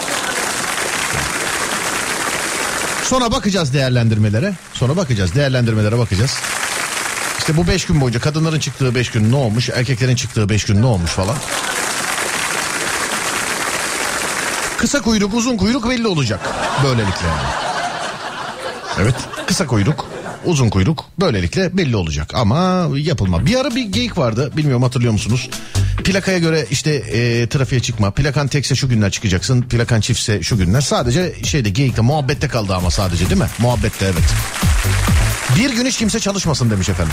Sonra bakacağız değerlendirmelere. Değerlendirmelere bakacağız. İşte bu 5 gün boyunca kadınların çıktığı 5 gün ne olmuş, erkeklerin çıktığı 5 gün ne olmuş falan. Kısa kuyruk, uzun kuyruk belli olacak böylelikle yani. Evet, kısa kuyruk, uzun kuyruk böylelikle belli olacak ama yapılma. Bir ara bir geyik vardı, bilmiyorum hatırlıyor musunuz? Plakaya göre işte trafiğe çıkma. Plakan tekse şu günler çıkacaksın. Plakan çiftse şu günler. Sadece geyikte, muhabbette kaldı ama sadece, değil mi? Muhabbette, evet. Bir gün hiç kimse çalışmasın demiş efendim.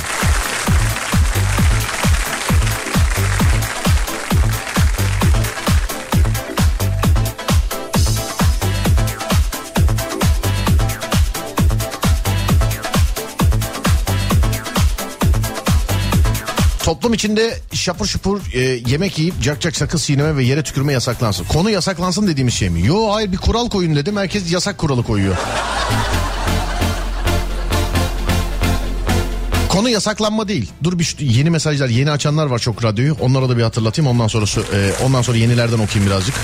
Toplum içinde şapur şupur yemek yiyip cak cak sakız çiğneme ve yere tükürme yasaklansın. Konu yasaklansın dediğimiz şey mi? Yo, hayır, bir kural koyun dedim. Herkes yasak kuralı koyuyor. Konu yasaklanma değil. Dur bir yeni mesajlar, yeni açanlar var çok radyoyu. Onlara da bir hatırlatayım. Ondan sonra yenilerden okuyayım birazcık.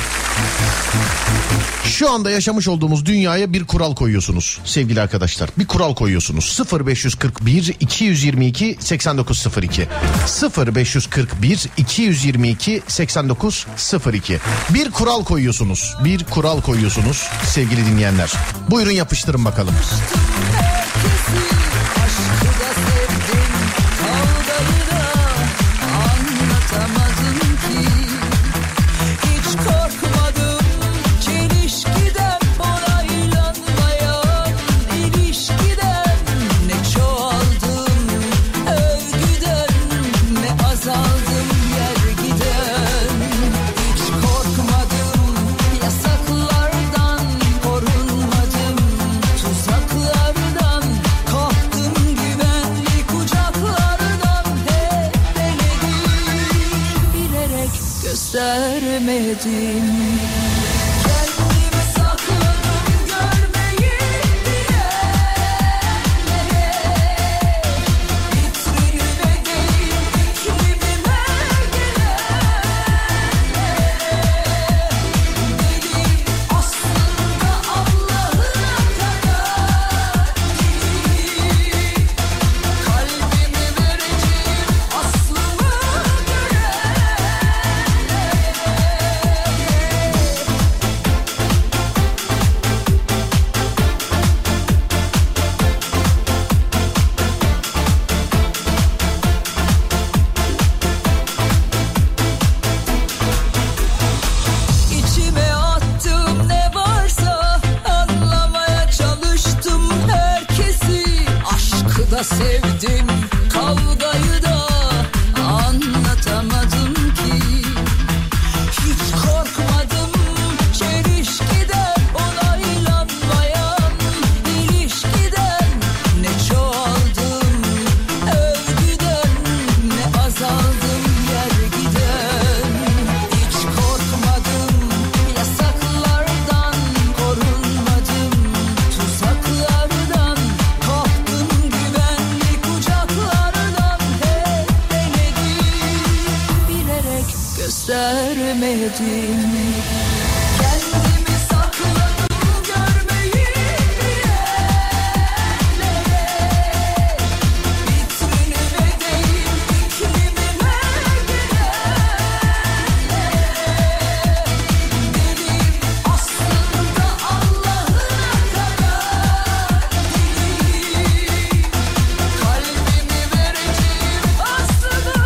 Şu anda yaşamış olduğumuz dünyaya bir kural koyuyorsunuz sevgili arkadaşlar. Bir kural koyuyorsunuz. 0541 222 8902. 0541 222 8902. Bir kural koyuyorsunuz. Bir kural koyuyorsunuz sevgili dinleyenler. Buyurun yapıştırın bakalım. Göstermedim. Kendimi sakladım görmeyin diye. Vitrinime değil iklimime gelen. Deli asla da sevdim, kavgayı da anlatamadım ki. Hiç korkmadım çelişkiden, onaylanmayan ilişkiden. Ne çoğaldım övgüden, ne azaldım yergiden. Hiç korkmadım yasaklardan, korunmadım tuzaklardan. Koptum güvenli kucaklardan, hep denedim, bilerek göstermedim. Kendimi sakladım görmeyin diye. Vitrinime değil iklimime deliyim aslında Allah'ına kadar deliyim. Kalbimi vereceğim aslında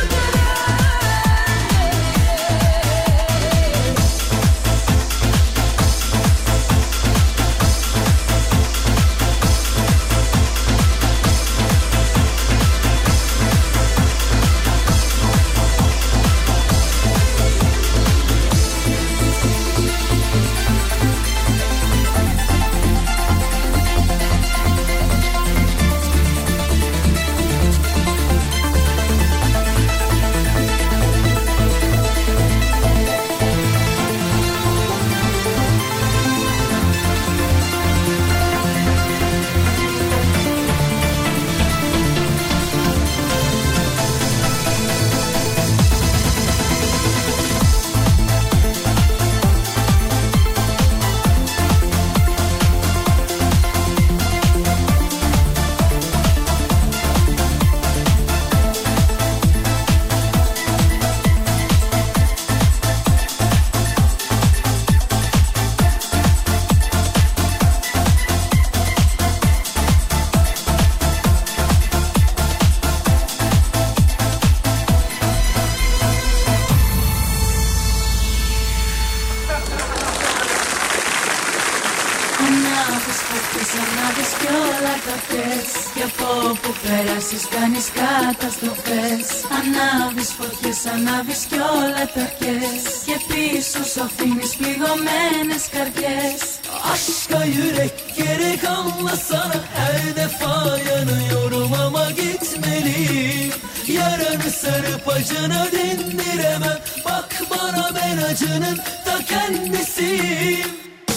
Ανάβεις φωτιές, ανάβεις κι όλα τα θες. Κι από όπου πέρασεις κάνεις καταστροφές. Ανάβεις φωτιές, ανάβεις κι όλα τα θες. Και πίσω σου αφήνεις πληγωμένες καρδιές. Aşka yürek gerek, anlasana, her defa yanıyorum ama gitmeliyim. Yaranı sarıp acını dindiremem. Bak bana, ben acının ta kendisiyim.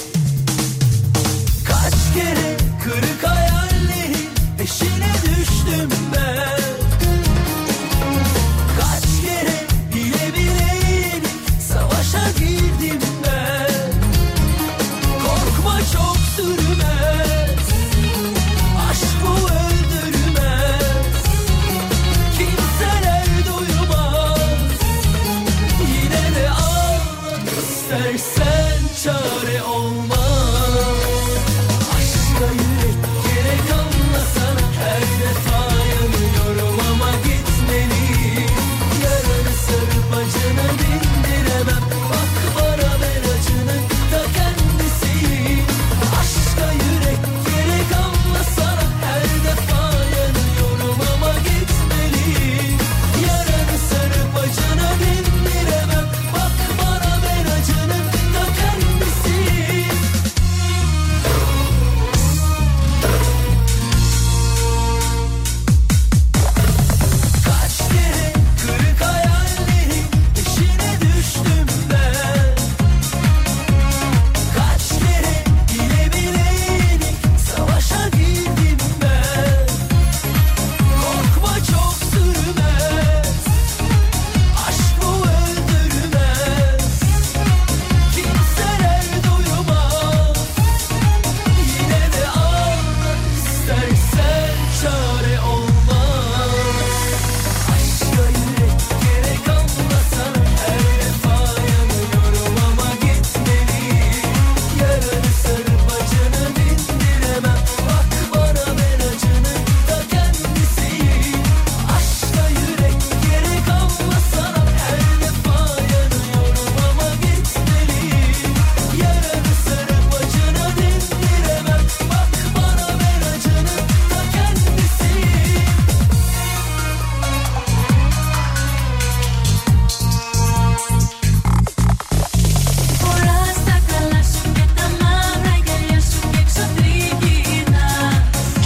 Kaç kere kırık hayallerin peşine düştüm ben. Kaç kere bile bile savaşa girdim ben. Korkma, çok sürmez, aşk bu öldürmez. Kimseler duymaz, yine de al istersen, çare olmaz. Aşka yürek gerek, anlasana, her defa yanıyorum.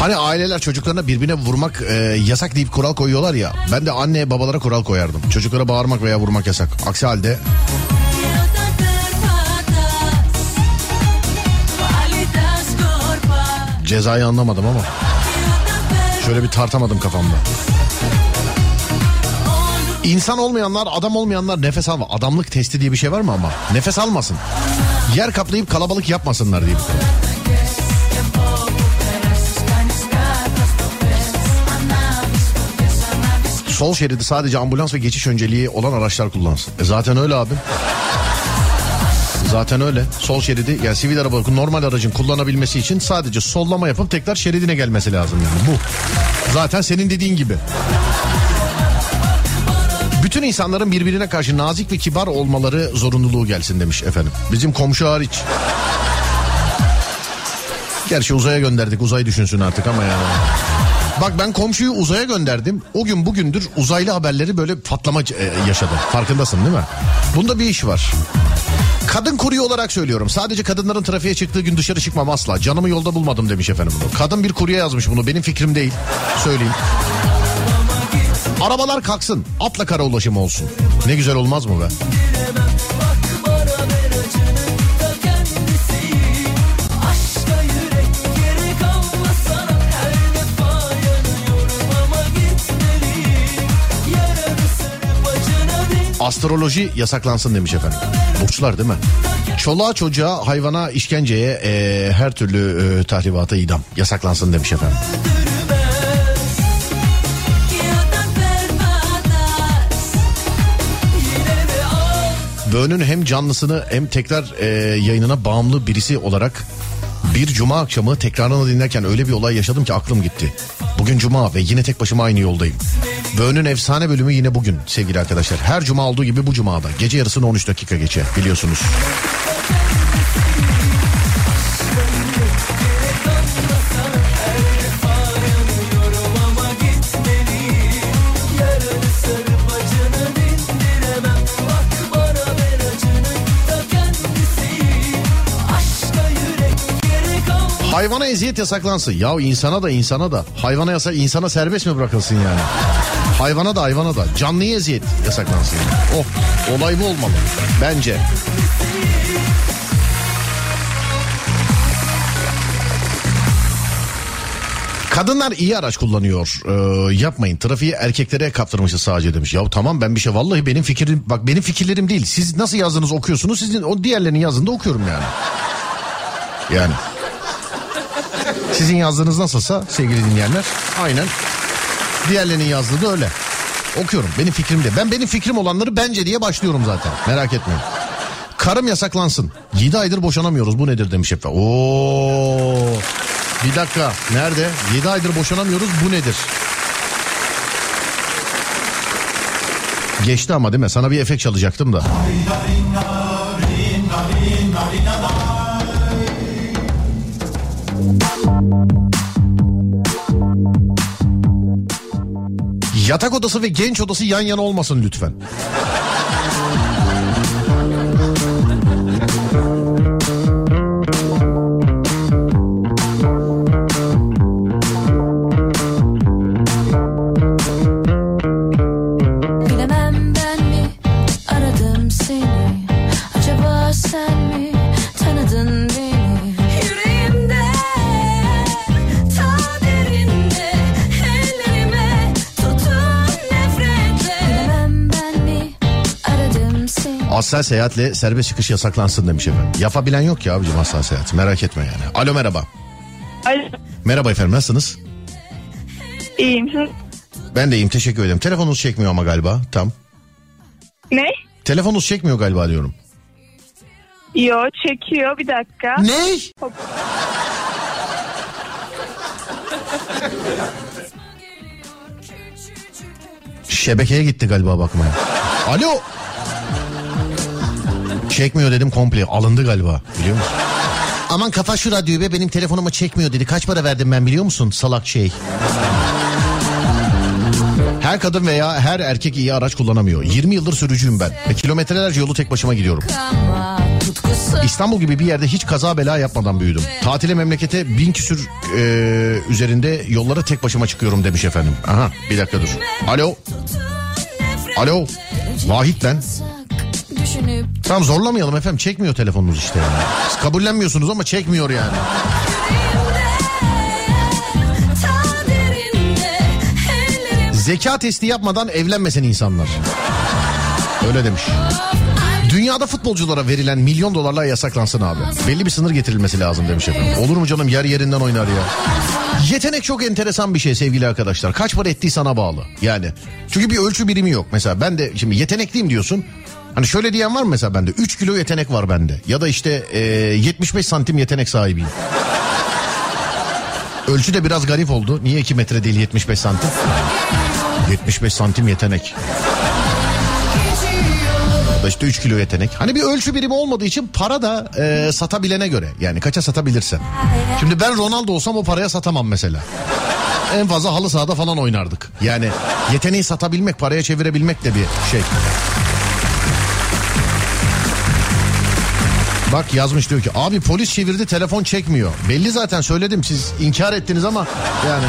Hani aileler çocuklarına birbirine vurmak yasak deyip kural koyuyorlar ya. Ben de anne babalara kural koyardım. Çocuklara bağırmak veya vurmak yasak. Aksi halde... Cezayı anlamadım ama şöyle bir tartamadım kafamda. İnsan olmayanlar, adam olmayanlar nefes alma. Adamlık testi diye bir şey var mı ama? Nefes almasın. Yer kaplayıp kalabalık yapmasınlar diye. Sol şeridi sadece ambulans ve geçiş önceliği olan araçlar kullansın. Zaten öyle abi. Zaten öyle. Sol şeridi, yani sivil araba, normal aracın kullanabilmesi için sadece sollama yapıp tekrar şeridine gelmesi lazım yani. Bu. Zaten senin dediğin gibi. Bütün insanların birbirine karşı nazik ve kibar olmaları zorunluluğu gelsin demiş efendim. Bizim komşu hariç. Gerçi uzaya gönderdik, uzay düşünsün artık ama yani. Bak ben komşuyu uzaya gönderdim. O gün bugündür uzaylı haberleri böyle patlama yaşadı. Farkındasın değil mi? Bunda bir iş var. Kadın kurye olarak söylüyorum. Sadece kadınların trafiğe çıktığı gün dışarı çıkmam asla. Canımı yolda bulmadım demiş efendim bunu. Kadın bir kurye yazmış bunu. Benim fikrim değil. Söyleyeyim. Arabalar kalksın. Atla kara ulaşımı olsun. Ne güzel olmaz mı be? Astroloji yasaklansın demiş efendim. Burçlar değil mi? Çoluğa çocuğa, hayvana, işkenceye, her türlü tahribata idam yasaklansın demiş efendim. Böğünün hem canlısını hem tekrar yayınına bağımlı birisi olarak bir cuma akşamı tekrarını dinlerken öyle bir olay yaşadım ki aklım gitti. Bugün cuma ve yine tek başıma aynı yoldayım. Böğünün efsane bölümü yine bugün sevgili arkadaşlar. Her cuma olduğu gibi bu cumada. Gece yarısını 13 dakika geçe biliyorsunuz. Hayvana eziyet yasaklansın. Ya insana da. Hayvana yasak, insana serbest mi bırakılsın yani? Hayvana da. Canlıya eziyet yasaklansın. Yani. Oh, olay bu olmalı. Bence. Kadınlar iyi araç kullanıyor. Yapmayın. Trafiği erkeklere kaptırmışız sadece demiş. Ya tamam ben bir şey, vallahi benim fikrim, bak benim fikirlerim değil. Siz nasıl yazdınız okuyorsunuz. Sizin o diğerlerinin yazdığında okuyorum yani. Yani. Sizin yazdığınız nasılsa sevgili dinleyenler, aynen diğerlerinin yazdığı da öyle. Okuyorum, benim fikrim de. Ben benim fikrim olanları bence diye başlıyorum zaten. Merak etmeyin. Karım yasaklansın. 7 aydır boşanamıyoruz. Bu nedir demiş efendim. Oo. Bir dakika. Nerede? 7 aydır boşanamıyoruz. Bu nedir? Geçti ama değil mi? Sana bir efekt çalacaktım da. Yatak odası ve genç odası yan yana olmasın lütfen. Bilemem ben mi aradım seni, acaba sen mi tanıdın beni? Yüreğimde ta derinde, ellerime tutun nefretle. Bilemem ben mi aradım seni. Aslen seyahatle serbest çıkış yasaklansın demiş efendim. Yapabilen yok ya abicim aslen seyahat. Merak etme yani. Alo merhaba. Alo. Merhaba efendim, nasılsınız? İyiyim. Ben de iyiyim, teşekkür ederim. Telefonunuz çekmiyor ama galiba tam. Ne? Telefonunuz çekmiyor galiba diyorum. Yo, çekiyor, bir dakika. Ne? Hop. Şebekeye gitti galiba bakmaya. Alo. Çekmiyor dedim, komple alındı galiba, biliyor musun? Aman kapat şu radyoyu be, benim telefonuma çekmiyor dedi. Kaç para verdim ben biliyor musun salak şey. Her kadın veya her erkek iyi araç kullanamıyor. 20 yıldır sürücüyüm ben ve kilometrelerce yolu tek başıma gidiyorum. İstanbul gibi bir yerde hiç kaza bela yapmadan büyüdüm. Tatile memlekete 1000 küsür üzerinde yollara tek başıma çıkıyorum demiş efendim. Aha, bir dakika dur. Alo. Alo. Vahit ben. Tamam, zorlamayalım efendim, çekmiyor telefonunuz işte yani. Siz kabullenmiyorsunuz ama çekmiyor yani. Zeka testi yapmadan evlenmesin insanlar. Öyle demiş. Dünyada futbolculara verilen milyon dolarlar yasaklansın abi. Belli bir sınır getirilmesi lazım demiş efendim. Olur mu canım, yer yerinden oynar ya. Yetenek çok enteresan bir şey sevgili arkadaşlar. Kaç para ettiği sana bağlı. Yani çünkü bir ölçü birimi yok. Mesela ben de şimdi yetenekliyim diyorsun. Hani şöyle diyen var mı mesela bende? 3 kilo yetenek var bende. Ya da işte 75 santim yetenek sahibiyim. Ölçü de biraz garip oldu. Niye 2 metre değil 75 santim? 75 santim yetenek. İşte 3 kilo yetenek. Hani bir ölçü birimi olmadığı için para da satabilene göre. Yani kaça satabilirsen. Şimdi ben Ronaldo olsam o paraya satamam mesela. En fazla halı sahada falan oynardık. Yani yeteneği satabilmek, paraya çevirebilmek de bir şey. Bak yazmış, diyor ki abi polis çevirdi, telefon çekmiyor. Belli zaten, söyledim, siz inkar ettiniz ama yani.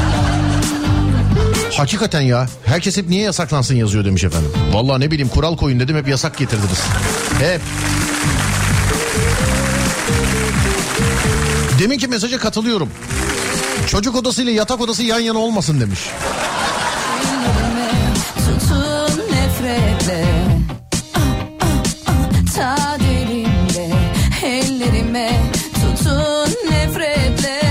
Hakikaten ya, herkes hep niye yasaklansın yazıyor demiş efendim. Vallahi ne bileyim, kural koyun dedim, hep yasak getirdiniz. Hep. Deminki mesaja katılıyorum. Çocuk odası ile yatak odası yan yana olmasın demiş. Tutun nefretle, ta derinde ellerime tutun nefretle.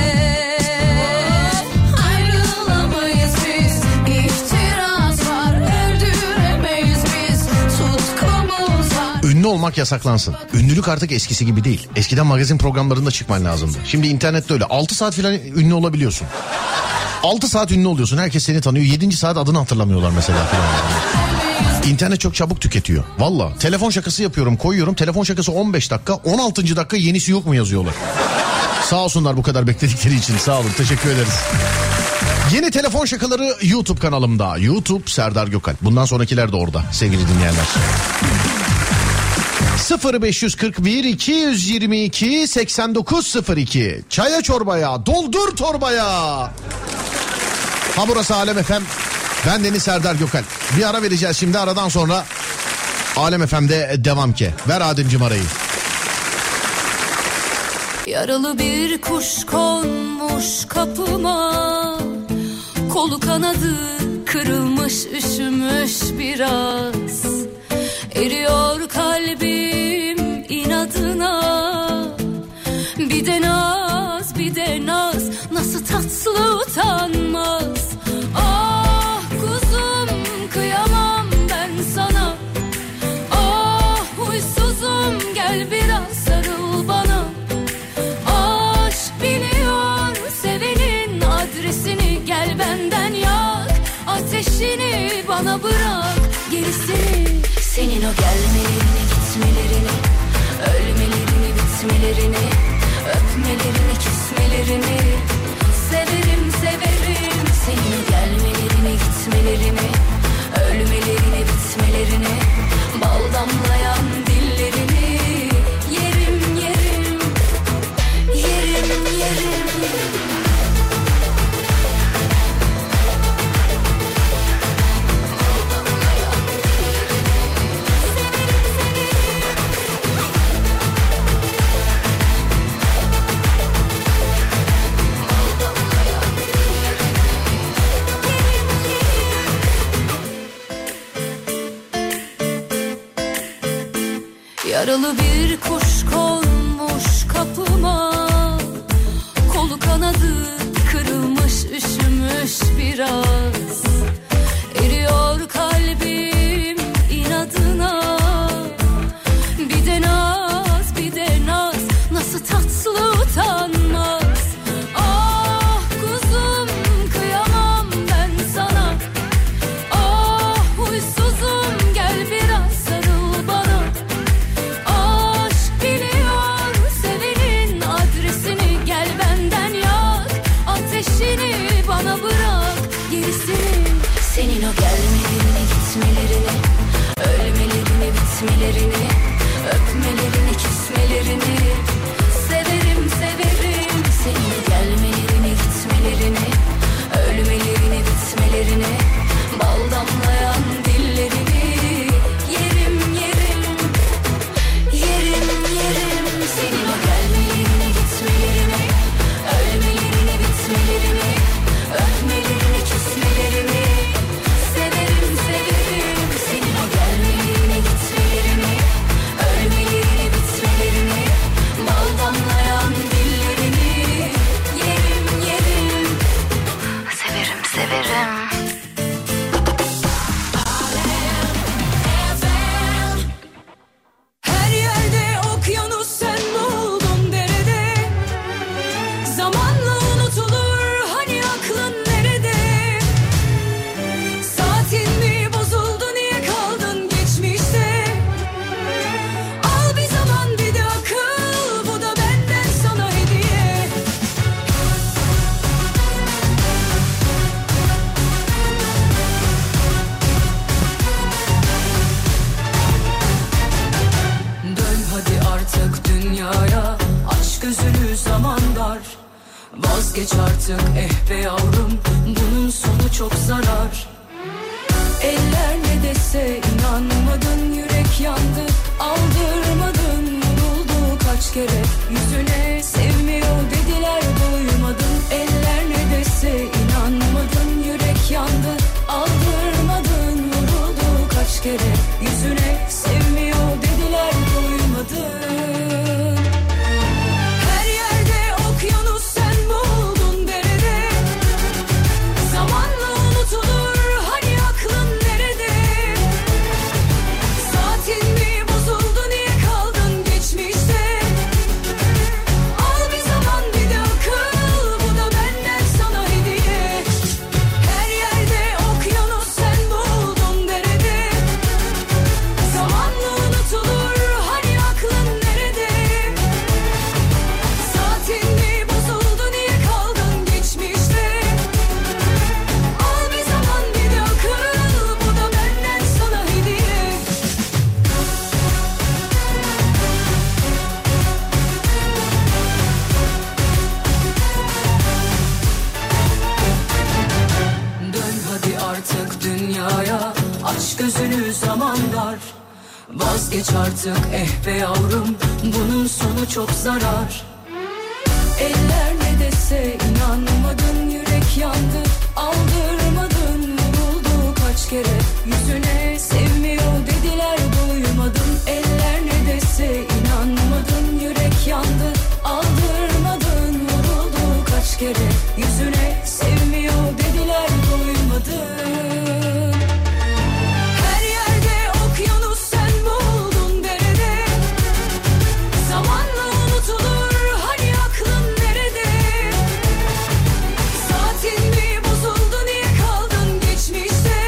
Ayrılamayız biz, iftiraz var, öldüremeyiz biz, tutkumuz var. Ünlü olmak yasaklansın. Ünlülük artık eskisi gibi değil. Eskiden magazin programlarında çıkman lazımdı. Şimdi internette öyle 6 saat falan ünlü olabiliyorsun. 6 saat ünlü oluyorsun, herkes seni tanıyor. 7. saat adını hatırlamıyorlar mesela falan. İnternet çok çabuk tüketiyor. Valla telefon şakası yapıyorum, koyuyorum. Telefon şakası 15 dakika, 16. dakika yenisi yok mu yazıyorlar. Sağ olsunlar bu kadar bekledikleri için, sağ olun, teşekkür ederiz. Yeni telefon şakaları YouTube kanalımda. YouTube Serdar Gökalp. Bundan sonrakiler de orada sevgili dinleyenler. 0541 222 8902. Çaya çorbaya, doldur torbaya. Ha, burası Alem FM. Ben Deniz Serdar Gökalp. Bir ara vereceğiz şimdi, aradan sonra Alem FM'de devam ki. Ver Ademciğim arayı. Yaralı bir kuş konmuş kapıma, kolu kanadı kırılmış, üşümüş biraz. Eriyor kalbim inadına, bir de naz, bir de naz, nasıl tatlı utanmaz. Ah kuzum, kıyamam ben sana. Ah huysuzum, gel biraz sarıl bana. Aşk biliyor sevenin adresini, gel benden yak. Ateşini bana bırak, gerisini. Senin o gelmelerini, gitmelerini, ölmelerini, bitmelerini, öpmelerini, küsmelerini severim, severim. Senin o gelmelerini, gitmelerini, ölmelerini, bitmelerini, bal damlayan dillerini yerim, yerim, yerim, yerim. Yaralı bir kuş konmuş kapıma, kolu kanadı kırılmış, üşümüş biraz. Eriyor kalbim inadına, bir de naz, bir de naz, nasıl tatlı utanmaz. Ah kuzum, kıyamam ben sana. Ah huysuzum, gel biraz sarıl bana. Bana bırak, gerisi Vazgeç artık be yavrum, bunun sonu çok zarar. Eller ne dese inanmadın, yürek yandı aldırmadın. Vuruldu kaç kere yüzüne, sevmiyor dediler duymadın. Eller ne dese inanmadın, yürek yandı aldırmadın. Vuruldu kaç kere yüzüne, sevmiyor dediler duymadın. Her yerde okyanus sen buldun derede, zamanla unutulur hani aklın nerede? Saatin mi bozuldu, niye kaldın geçmişte? Al bir zaman bir de akıl, bu da benden sana hediye. Her yerde okyanus sen buldun derede, zamanla unutulur hani aklın nerede? Saatin mi bozuldu, niye kaldın geçmişte? Al bir zaman bir de akıl, bu da benden sana hediye. Dön hadi artık dünyaya, aç gözünü zaman dar. Vazgeç artık be yavrum, bunun sonu çok zarar. Eller ne dese inanmadın, yürek yandı aldırmadın. Vuruldu kaç kere yüzüne, sevmiyor dediler duymadın. Eller ne dese inanmadın, yürek yandı aldırmadın. Vuruldu kaç kere yüzüne, sevmiyor dediler duymadın. Her yerde okyanus sen buldun derede, zamanla unutulur hani aklın nerede? Saatin mi bozuldu, niye kaldın geçmişte?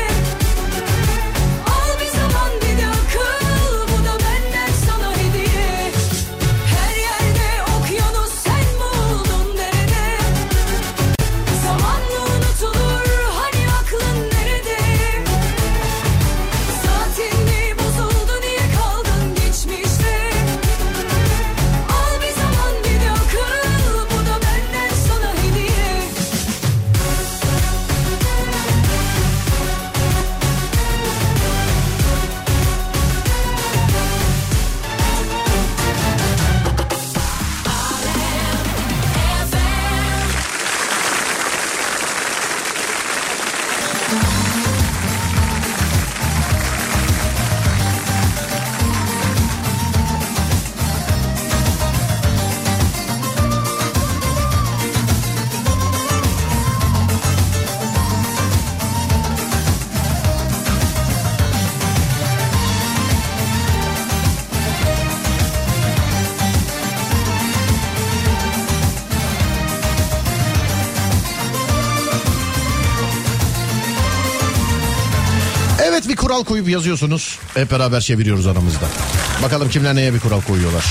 Al bir zaman bir de akıl, bu da benden sana hediye. Her yerde okyanus sen buldun derede, zamanla unutulur hani aklın nerede? Saatin mi bozuldu, niye kaldın geçmişte? Al bir zaman bir de akıl, bu da benden sana hediye. Evet, bir kural koyup yazıyorsunuz. Hep beraber çeviriyoruz aramızda. Bakalım kimler neye bir kural koyuyorlar.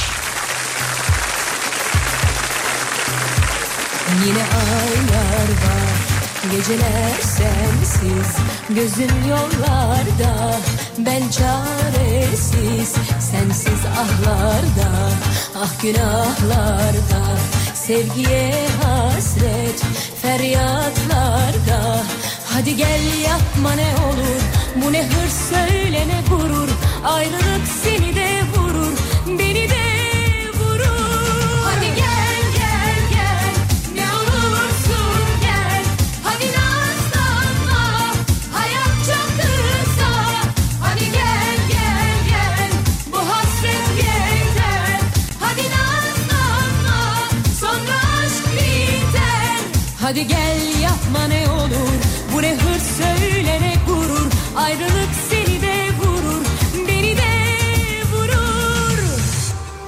Yine aylar var, geceler sensiz, gözüm yollarda, ben çaresiz, sensiz ahlarda, ah günahlarda, sevgiye hasret, feryatlarda. Hadi gel yapma ne olur, bu ne hırs söyle ne gurur, ayrılık seni de vurur, beni de vurur. Hadi gel gel gel, ne olursun gel, hadi nazlanma, hayat çok kısa. Hadi gel gel gel, bu hasret yeter, hadi nazlanma, sonra aşk biter. Hadi gel yapma ne olur, bu ne hırs söyle ne gurur, ayrılık seni de vurur, beni de vurur.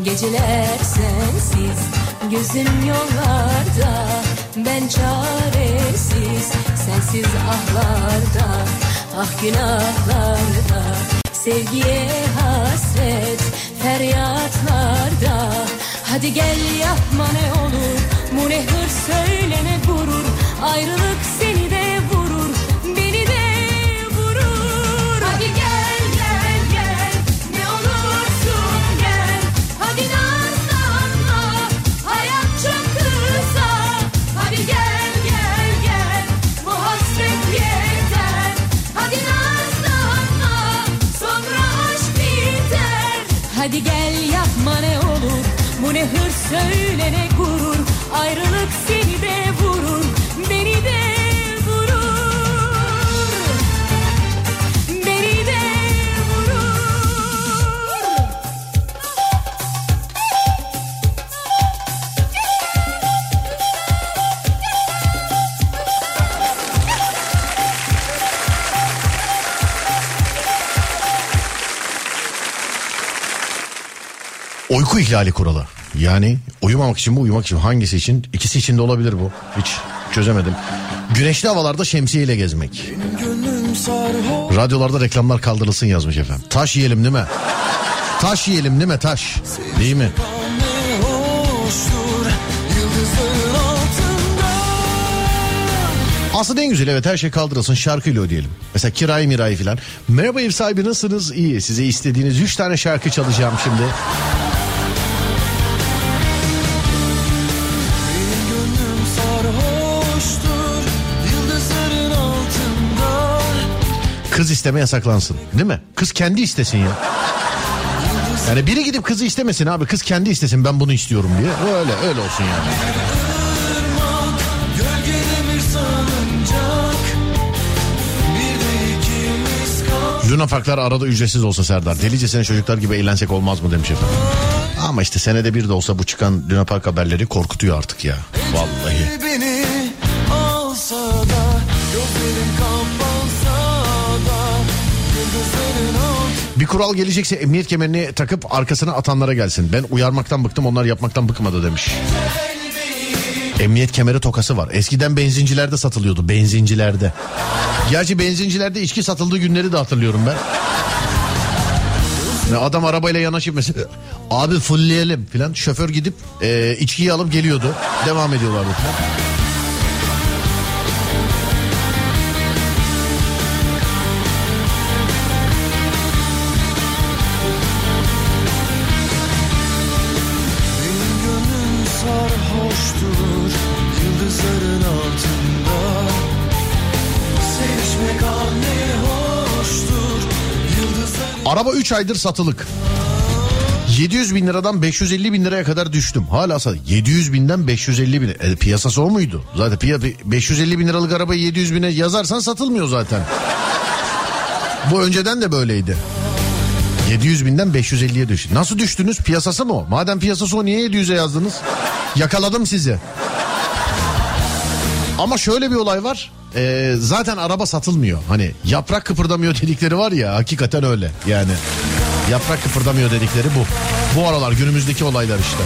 Geceler sensiz, gözüm yollarda, ben çaresiz, sensiz ahlarda, ah günahlarda, sevgiye hasret, feryatlarda. Hadi gel yapma ne olur, bu ne hırs söyle ne gurur, ayrılık seni de vurur, beni de vurur. Hadi gel gel gel, ne olursun gel, hadi nazlanma, hayat çok kısa. Hadi gel gel gel, bu hasret yeter, hadi nazlanma, sonra aşk biter. Hadi gel yapma ne olur, bu ne hırs söyle ne gurur, ayrılık seni de vurur, beni de vurur, beni de vurur. Uyku ihlali kuralı. Yani uyumamak için mi, uyumak için mi? Hangisi için? İkisi için de olabilir bu. Hiç çözemedim. Güneşli havalarda şemsiyeyle gezmek. Radyolarda reklamlar kaldırılsın yazmış efendim. Taş yiyelim değil mi? Taş yiyelim değil mi? Taş. Değil mi? Aslında en güzel, evet, her şey kaldırılsın, şarkıyla ödeyelim. Mesela kirayı filan. Merhaba ev sahibi, nasılsınız? İyi. Size istediğiniz 3 tane şarkı çalacağım şimdi. Kız isteme yasaklansın, değil mi? Kız kendi istesin ya. Yani biri gidip kızı istemesin abi, kız kendi istesin, ben bunu istiyorum diye. Öyle olsun yani. Luna Parklar arada ücretsiz olsa Serdar, delicesine çocuklar gibi eğlensek olmaz mı demiş efendim. Ama işte senede bir de olsa bu çıkan Luna Park haberleri korkutuyor artık ya. Vallahi. Beni alsa da, gözlerim kapansa da, bir kural gelecekse emniyet kemerini takıp arkasına atanlara gelsin. Ben uyarmaktan bıktım, onlar yapmaktan bıkmadı demiş. Emniyet kemeri tokası var. Eskiden benzincilerde satılıyordu, benzincilerde. Gerçi benzincilerde içki satıldığı günleri de hatırlıyorum ben. Adam arabayla yanaşıp mesela abi fullleyelim filan, şoför gidip içkiyi alıp geliyordu. Devam ediyorlardı filan. Araba 3 aydır satılık. 700 bin liradan 550 bin liraya kadar düştüm. Hala 700 binden 550 bin. Piyasası o muydu? Zaten 550 bin liralık arabayı 700 bine yazarsan satılmıyor zaten. Bu önceden de böyleydi. 700 binden 550'ye düştü. Nasıl düştünüz? Piyasası mı o? Madem piyasası o, niye 700'e yazdınız? Yakaladım sizi. Ama şöyle bir olay var. Zaten araba satılmıyor. Hani yaprak kıpırdamıyor dedikleri var ya, hakikaten öyle. Yani yaprak kıpırdamıyor dedikleri bu. Bu aralar günümüzdeki olaylar işte.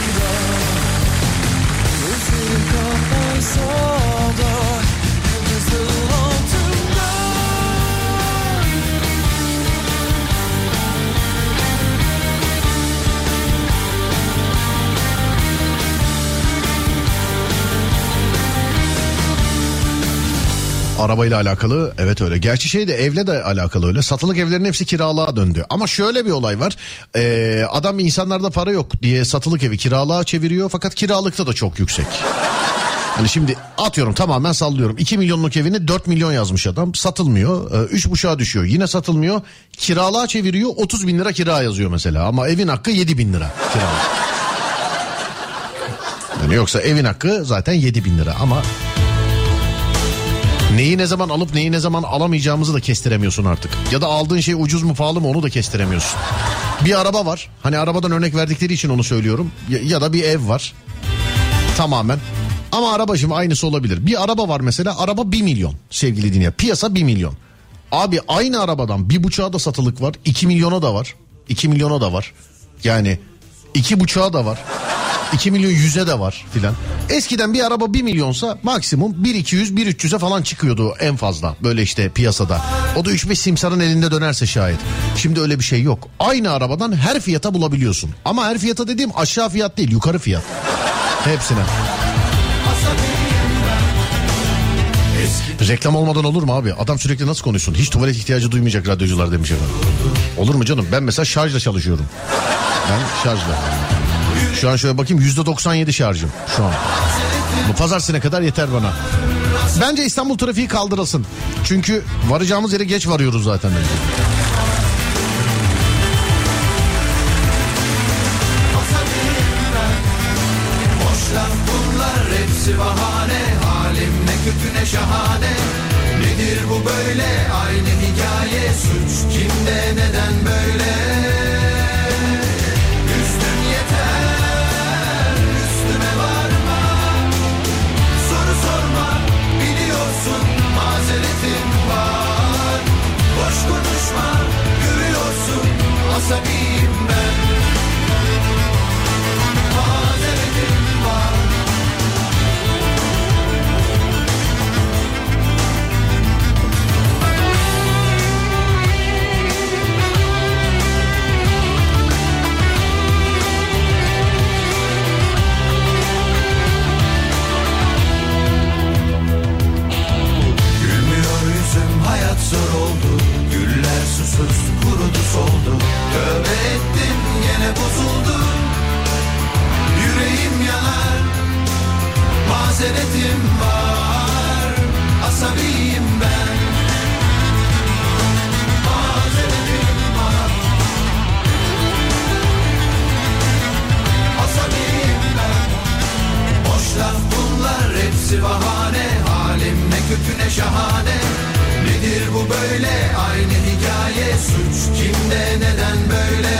Arabayla alakalı, evet öyle. Gerçi evle de alakalı öyle. Satılık evlerin hepsi kiralığa döndü. Ama şöyle bir olay var. Adam insanlarda para yok diye satılık evi kiralığa çeviriyor. Fakat kiralıkta da çok yüksek. Hani şimdi atıyorum, tamamen sallıyorum. 2 milyonluk evini 4 milyon yazmış adam. Satılmıyor. 3,5'a düşüyor. Yine satılmıyor. Kiralığa çeviriyor. 30 bin lira kira yazıyor mesela. Ama evin hakkı 7 bin lira kiralık. Yani yoksa evin hakkı zaten 7 bin lira ama... Neyi ne zaman alıp neyi ne zaman alamayacağımızı da kestiremiyorsun artık. Ya da aldığın şey ucuz mu pahalı mı, onu da kestiremiyorsun. Bir araba var. Hani arabadan örnek verdikleri için onu söylüyorum. Ya da bir ev var. Tamamen. Ama araba şimdi aynısı olabilir. Bir araba var mesela, araba 1 milyon sevgili dinleyen. Piyasa 1 milyon. Abi aynı arabadan 1,5'a da satılık var. 2 milyona da var. 2 milyona da var. Yani 2,5'a da var. 2.100.000'e de var filan. Eskiden bir araba 1 milyonsa maksimum 1.200 1.300'e falan çıkıyordu en fazla. Böyle işte piyasada. O da 3-5 simsarın elinde dönerse şayet. Şimdi öyle bir şey yok. Aynı arabadan her fiyata bulabiliyorsun. Ama her fiyata dediğim aşağı fiyat değil, yukarı fiyat. Hepsine. Reklam olmadan olur mu abi? Adam sürekli nasıl konuşsun? Hiç tuvalet ihtiyacı duymayacak radyocular demiş efendim. Olur mu canım? Ben mesela şarjla çalışıyorum. Ben şarjla. Şu an şöyle bakayım, %97 şarjım şu an. Bu pazartesine kadar yeter bana. Bence İstanbul trafiği kaldırılsın. Çünkü varacağımız yere geç varıyoruz zaten. Boş laf bunlar hepsi bahane. Halim ne kötü ne şahane. Nedir bu böyle aynı hikaye. Suç kimde neden böyle. Üstün yeter üstüme varma. Soru sorma biliyorsun mazeretim var. Boş konuşma görüyorsun asabiyim ben. Mazeretim var. Hayat zor oldu, güller susuz, kurudu soldu. Tövbe ettim yine bozuldu. Yüreğim yanar, mazeretim var. Asabiyim ben. Mazeretim var. Asabiyim ben. Boş laf bunlar hepsi bahane. Halim ne kötü ne şahane. Nedir bu böyle aynı hikaye. Suç kimde neden böyle.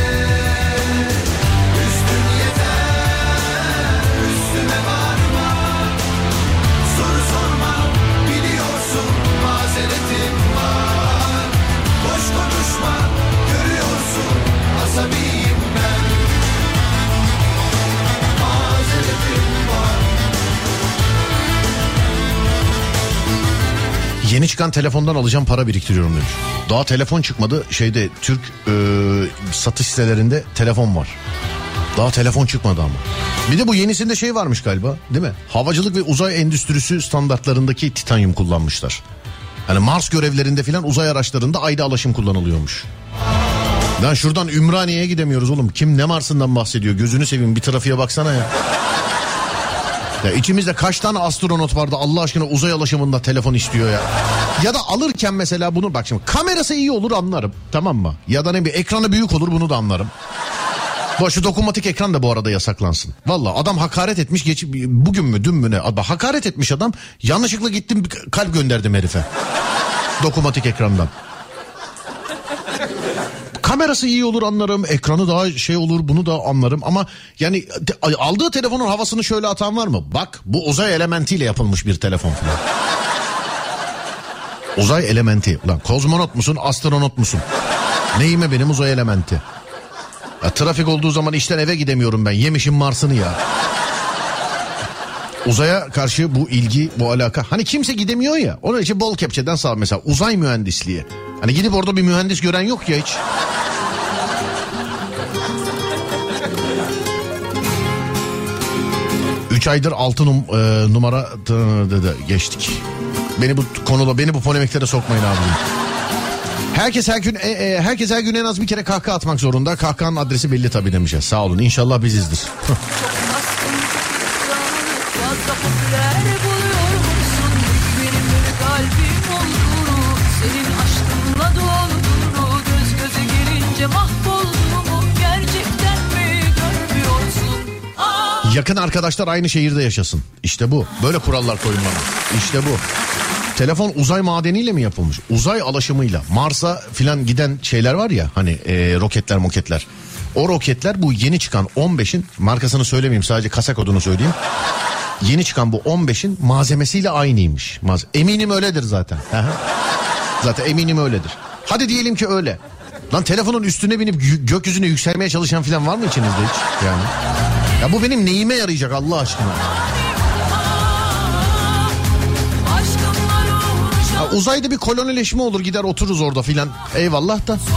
Üstün yeter üstüme varma. Soru sorma biliyorsun mazeretim var. Boş konuşma görüyorsun asabiyim ben. Mazeretim var. Yeni çıkan telefondan alacağım, para biriktiriyorum demiş. Daha telefon çıkmadı. Şeyde Türk satış sitelerinde telefon var. Daha telefon çıkmadı ama. Bir de bu yenisinde şey varmış galiba, değil mi? Havacılık ve uzay endüstrisi standartlarındaki titanyum kullanmışlar. Hani Mars görevlerinde filan uzay araçlarında ayda alaşım kullanılıyormuş. Lan şuradan Ümraniye'ye gidemiyoruz oğlum. Kim ne Mars'ından bahsediyor? Gözünü seveyim, bir trafiğe baksana ya. Ya içimizde kaç tane astronot vardı Allah aşkına uzay alaşımında telefon istiyor ya. Ya da alırken mesela bunu bak şimdi, kamerası iyi olur anlarım, tamam mı? Ya da ne bir ekranı büyük olur, bunu da anlarım. Şu dokunmatik ekran da bu arada yasaklansın. Valla adam hakaret etmiş, bugün mü dün mü ne? Hakaret etmiş adam, yanlışlıkla gittim kalp gönderdim herife. Dokunmatik ekrandan. Kamerası iyi olur anlarım, ekranı daha şey olur, bunu da anlarım ama yani aldığı telefonun havasını şöyle atan var mı? Bak bu uzay elementiyle yapılmış bir telefon falan. Uzay elementi. Ulan kozmonot musun, astronot musun? Neyime benim uzay elementi? Ya, trafik olduğu zaman işten eve gidemiyorum ben, yemişim Mars'ını ya. Uzaya karşı bu ilgi, bu alaka. Hani kimse gidemiyor ya. Onun için bol kepçeden sağ mesela uzay mühendisliği. Hani gidip orada bir mühendis gören yok ya hiç. Üç aydır 6 numara geçtik. Beni bu polemiklere sokmayın abi. Herkes her gün en az bir kere kahkaha atmak zorunda. Kahkahanın adresi belli tabii demişler. Sağ olun. İnşallah bizizdir. Yakın arkadaşlar aynı şehirde yaşasın. İşte bu. Böyle kurallar koyulmalı. İşte bu. Telefon uzay madeniyle mi yapılmış? Uzay alaşımıyla. Mars'a filan giden şeyler var ya hani roketler. O roketler bu yeni çıkan 15'in markasını söylemeyeyim, sadece kasa kodunu söyleyeyim. Yeni çıkan bu 15'in malzemesiyle aynıymış. Eminim öyledir zaten. Zaten eminim öyledir. Hadi diyelim ki öyle. Lan telefonun üstüne binip gökyüzüne yükselmeye çalışan falan var mı içinizde hiç? Yani. Ya bu benim neyime yarayacak Allah aşkına? Ya uzayda bir kolonileşme olur, gider otururuz orada filan. Eyvallah da.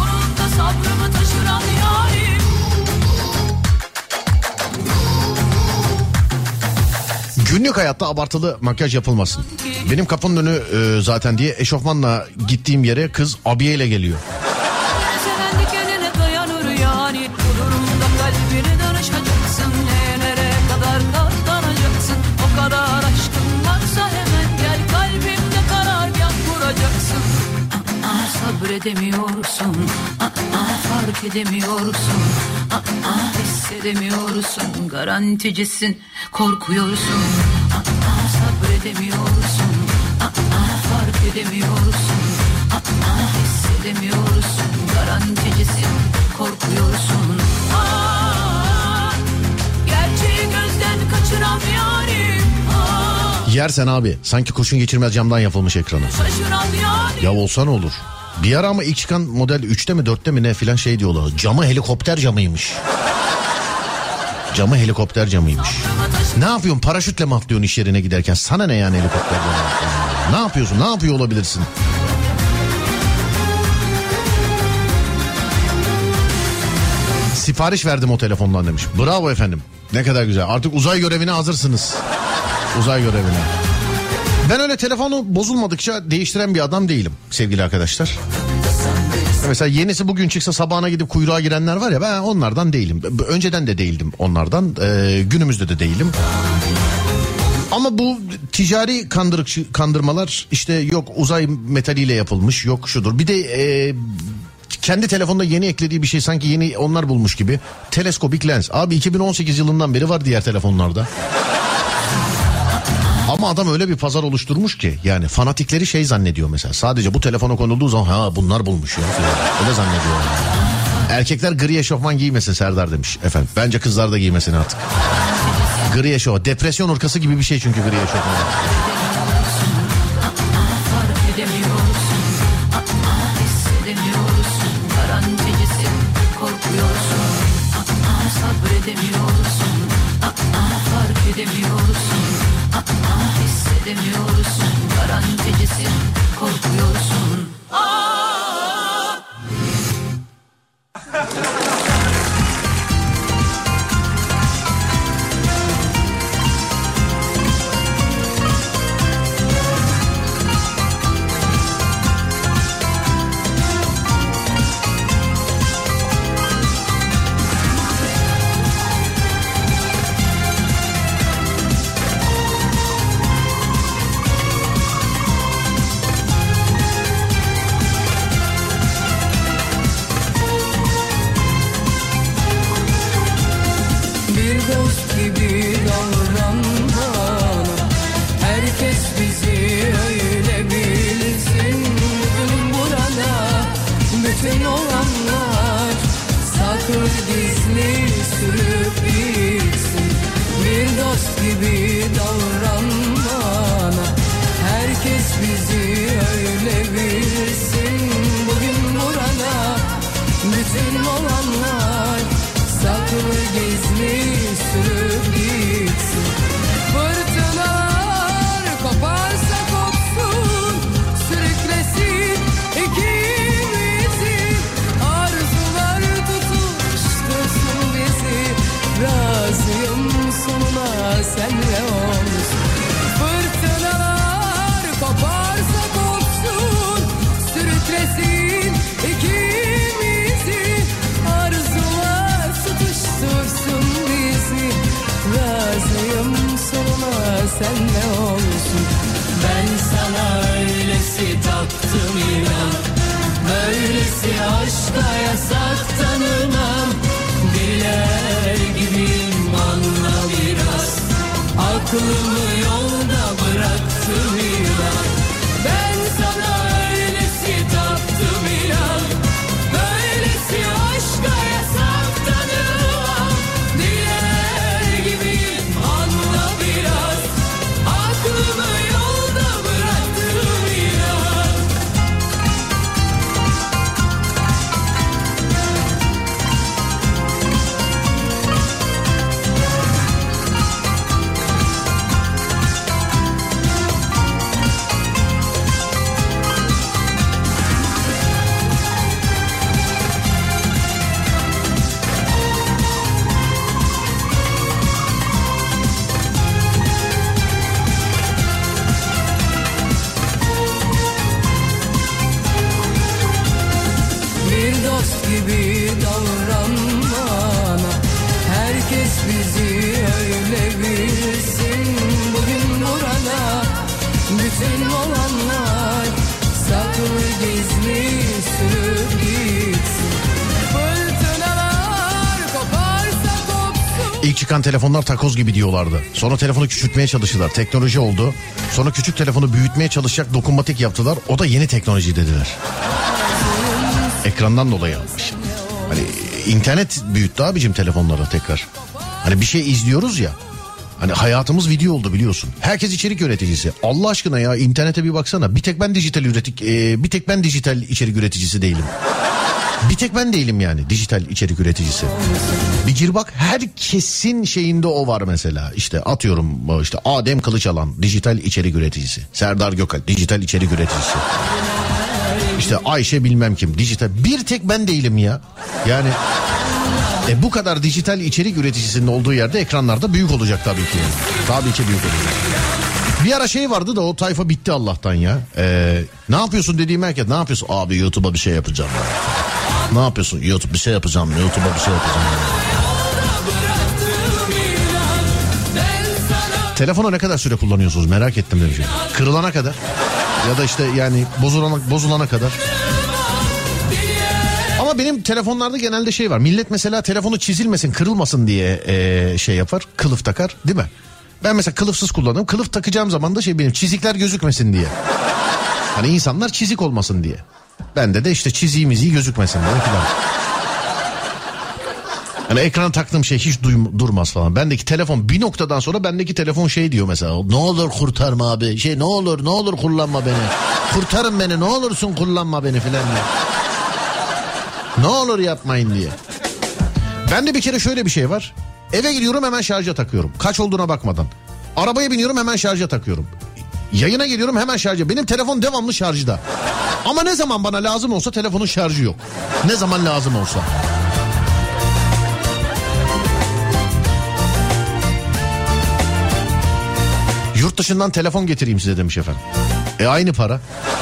Günlük hayatta abartılı makyaj yapılmasın. Benim kapının önü zaten diye eşofmanla gittiğim yere kız abiyeyle geliyor. Sabredemiyorsun, fark edemiyorsun, hissedemiyorsun, garanticisin, korkuyorsun, sabredemiyorsun, fark edemiyorsun, hissedemiyorsun, garanticisin, korkuyorsun. Gerçeği gözden kaçıran yarim. Yersen abi, sanki kurşun geçirmez camdan yapılmış ekranı. Ya olsa ne olur? Bir ara ama ilk çıkan model 3'te mi 4'te mi ne filan şey diyorlar. Camı helikopter camıymış. Camı helikopter camıymış. Ne yapıyorsun? Paraşütle mi atlıyorsun iş yerine giderken? Sana ne yani helikopter camı? Ne yapıyorsun? Ne yapıyor olabilirsin? Sipariş verdim o telefondan demiş. Bravo efendim. Ne kadar güzel. Artık uzay görevine hazırsınız. Uzay görevine. Ben öyle telefonu bozulmadıkça değiştiren bir adam değilim sevgili arkadaşlar. Mesela yenisi bugün çıksa sabahına gidip kuyruğa girenler var ya, ben onlardan değilim. Önceden de değildim onlardan. Günümüzde de değilim. Ama bu ticari kandırmalar işte yok uzay metaliyle yapılmış, yok şudur. Bir de kendi telefonda yeni eklediği bir şey sanki yeni onlar bulmuş gibi. Teleskopik lens. Abi 2018 yılından beri var diğer telefonlarda. Ama adam öyle bir pazar oluşturmuş ki yani fanatikleri şey zannediyor mesela. Sadece bu telefona konulduğu zaman ha bunlar bulmuş ya. Öyle zannediyor. Erkekler gri eşofman giymesin Serdar demiş efendim. Bence kızlar da giymesin artık. Gri eşofman. Depresyon orkası gibi bir şey çünkü gri eşofman. Hissedemiyorsun, garanticisin, korkuyorsun. gelebilsin bugün burada. Bütün olanlar saklı gizli sürüp gitsin. Fırtınalar koparsa kopsun. İlk çıkan telefonlar takoz gibi diyorlardı. Sonra telefonu küçültmeye çalıştılar. Teknoloji oldu. Sonra küçük telefonu büyütmeye çalışacak dokunmatik yaptılar. O da yeni teknoloji dediler. Ekrandan dolayı almış. Hani internet büyüttü abicim telefonları tekrar. Hani bir şey izliyoruz ya. Hani hayatımız video oldu biliyorsun. Herkes içerik üreticisi. Allah aşkına ya internete bir baksana. Bir tek ben dijital içerik üreticisi değilim. Bir tek ben değilim yani dijital içerik üreticisi. Bir gir bak, herkesin şeyinde o var mesela. İşte atıyorum işte Adem Kılıçalan dijital içerik üreticisi. Serdar Gökalp dijital içerik üreticisi. İşte Ayşe bilmem kim dijital. Bir tek ben değilim ya. Yani bu kadar dijital içerik üreticisinin olduğu yerde ekranlarda büyük olacak tabii ki. Tabii ki büyük olacak. Bir ara şey vardı da o tayfa bitti Allah'tan ya. Ne yapıyorsun dediğim herkes ne yapıyorsun? Abi YouTube'a bir şey yapacağım. Ne yapıyorsun? YouTube'a bir şey yapacağım. Telefonu ne kadar süre kullanıyorsunuz merak ettim demişim. Kırılana kadar ya da işte yani bozulana kadar. Ama benim telefonlarda genelde şey var. Millet mesela telefonu çizilmesin, kırılmasın diye şey yapar. Kılıf takar, değil mi? Ben mesela kılıfsız kullanıyorum. Kılıf takacağım zaman da benim çizikler gözükmesin diye. Hani insanlar çizik olmasın diye. Bende de işte çiziğimizi gözükmesin diye falan. Hani ekrana taktığım şey hiç durmaz falan. Bendeki telefon bir noktadan sonra bendeki telefon şey diyor mesela. Ne olur kurtarma abi. Ne olur kullanma beni. Kurtarın beni, ne olursun kullanma beni falan diye. Ne olur yapmayın diye. Bende bir kere şöyle bir şey var. Eve gidiyorum hemen şarja takıyorum. Kaç olduğuna bakmadan. Arabaya biniyorum hemen şarja takıyorum. Yayına geliyorum hemen şarja. Benim telefon devamlı şarjda. Ama ne zaman bana lazım olsa telefonun şarjı yok. Ne zaman lazım olsa. Yurt dışından telefon getireyim size demiş efendim. Aynı para.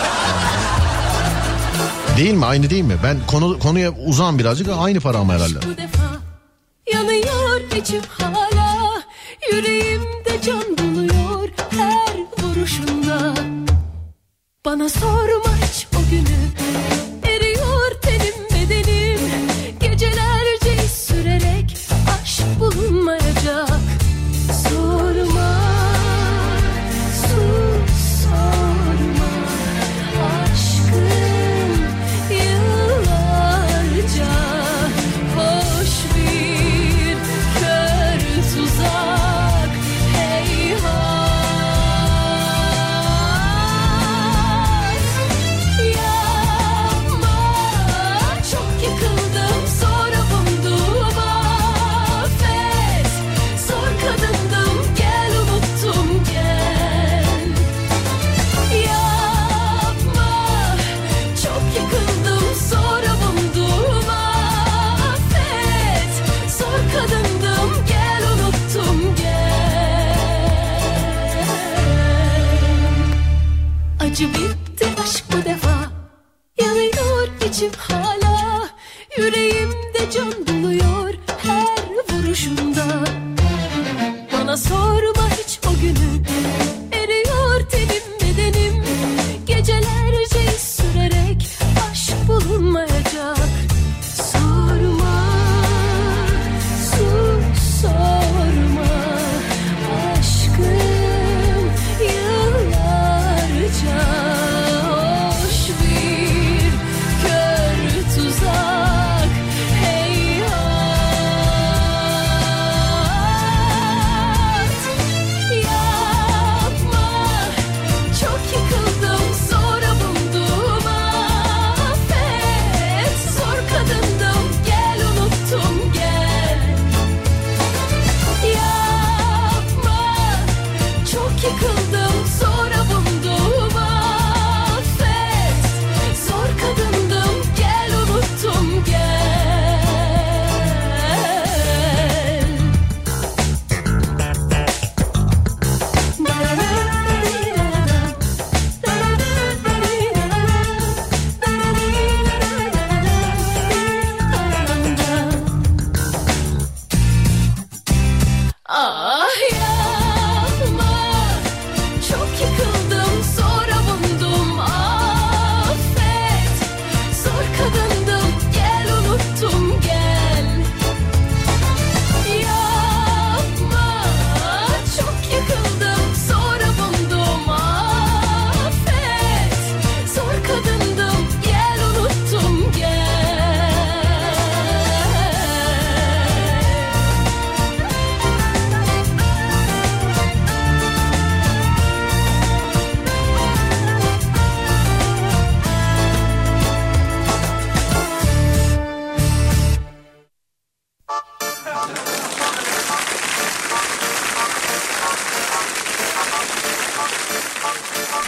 Değil mi? Aynı değil mi? Ben konuya uzağım birazcık. Aynı para ama herhalde. Bu defa yanıyor içim hala. Yüreğimde can buluyor her vuruşunda. Bana sorma hiç o günü. Eriyor tenim bedenim. Gecelerce iz sürerek aşk bulunmayacak. Sorma, sus sorma. Aşkın yıllarca boş bir kör tuzak. Heyhat,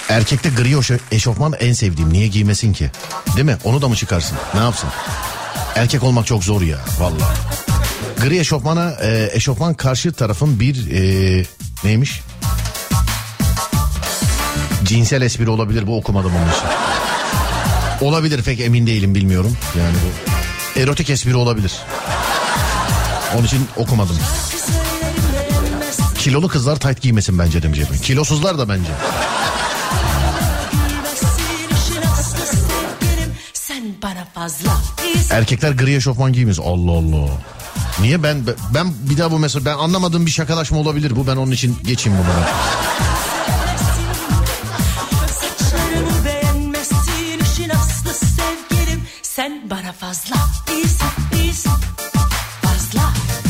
Erkekte gri eşofman en sevdiğim. Niye giymesin ki? Değil mi? Onu da mı çıkarsın? Ne yapsın? Erkek olmak çok zor ya vallahi. Gri eşofmana eşofman karşı tarafın bir neymiş? Cinsel espri olabilir, bu okumadım onun için. Olabilir, pek emin değilim, bilmiyorum. Yani bu erotik espri olabilir. Onun için okumadım. Kilolu kızlar tayt giymesin bence demiş efendim. Kilosuzlar da bence. Erkekler gri eşofman giymiyor. Allah Allah. Niye ben bir daha bu mesela ben anlamadığım bir şakalaşma olabilir bu, ben onun için geçeyim bunu. Sen bana fazla iyisin fazla.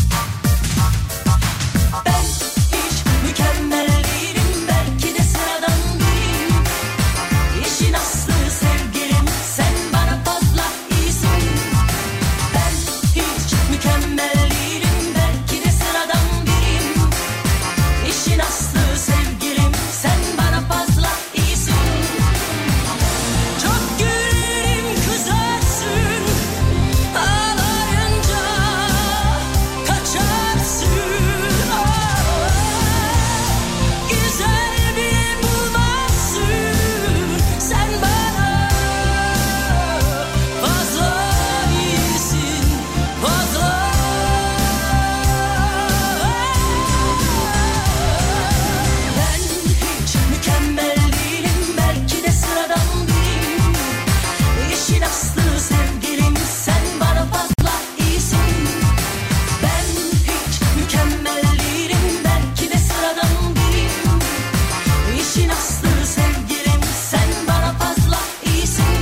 Ben hiç mükemmel değilim, belki de sıradan biriyim. İşin aslı sevgilim, sen bana fazla iyisin. Ben hiç mükemmel değilim, belki de sıradan biriyim. İşin aslı sevgilim, sen bana fazla iyisin. Çok gülerim kızarsın, ağlayınca kaçarsın. Güzel bile bulmazsın, sen bana fazla iyisin fazla. Ben hiç mükemmel değilim, belki de sıradan biriyim. İşin aslı sevgilim, sen bana fazla iyisin. Ben hiç mükemmel değilim, belki de sıradan biriyim. İşin aslı sevgilim, sen bana fazla iyisin.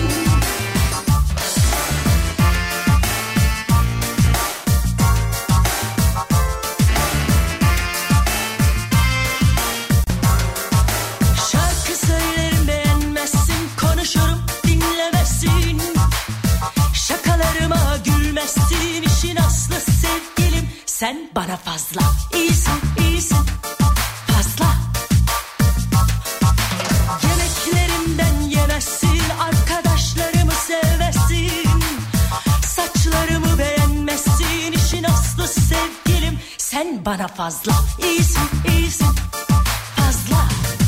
Şarkı söylerim beğenmezsin, konuşurum dinlemezsin. Şakalarıma gülmezsin, işin aslı sevgilim, sen bana fazla iyisin fazla. Yemeklerimden yemezsin, arkadaşlarımı sevmezsin. Saçlarımı beğenmezsin, işin aslı sevgilim, sen bana fazla iyisin fazla.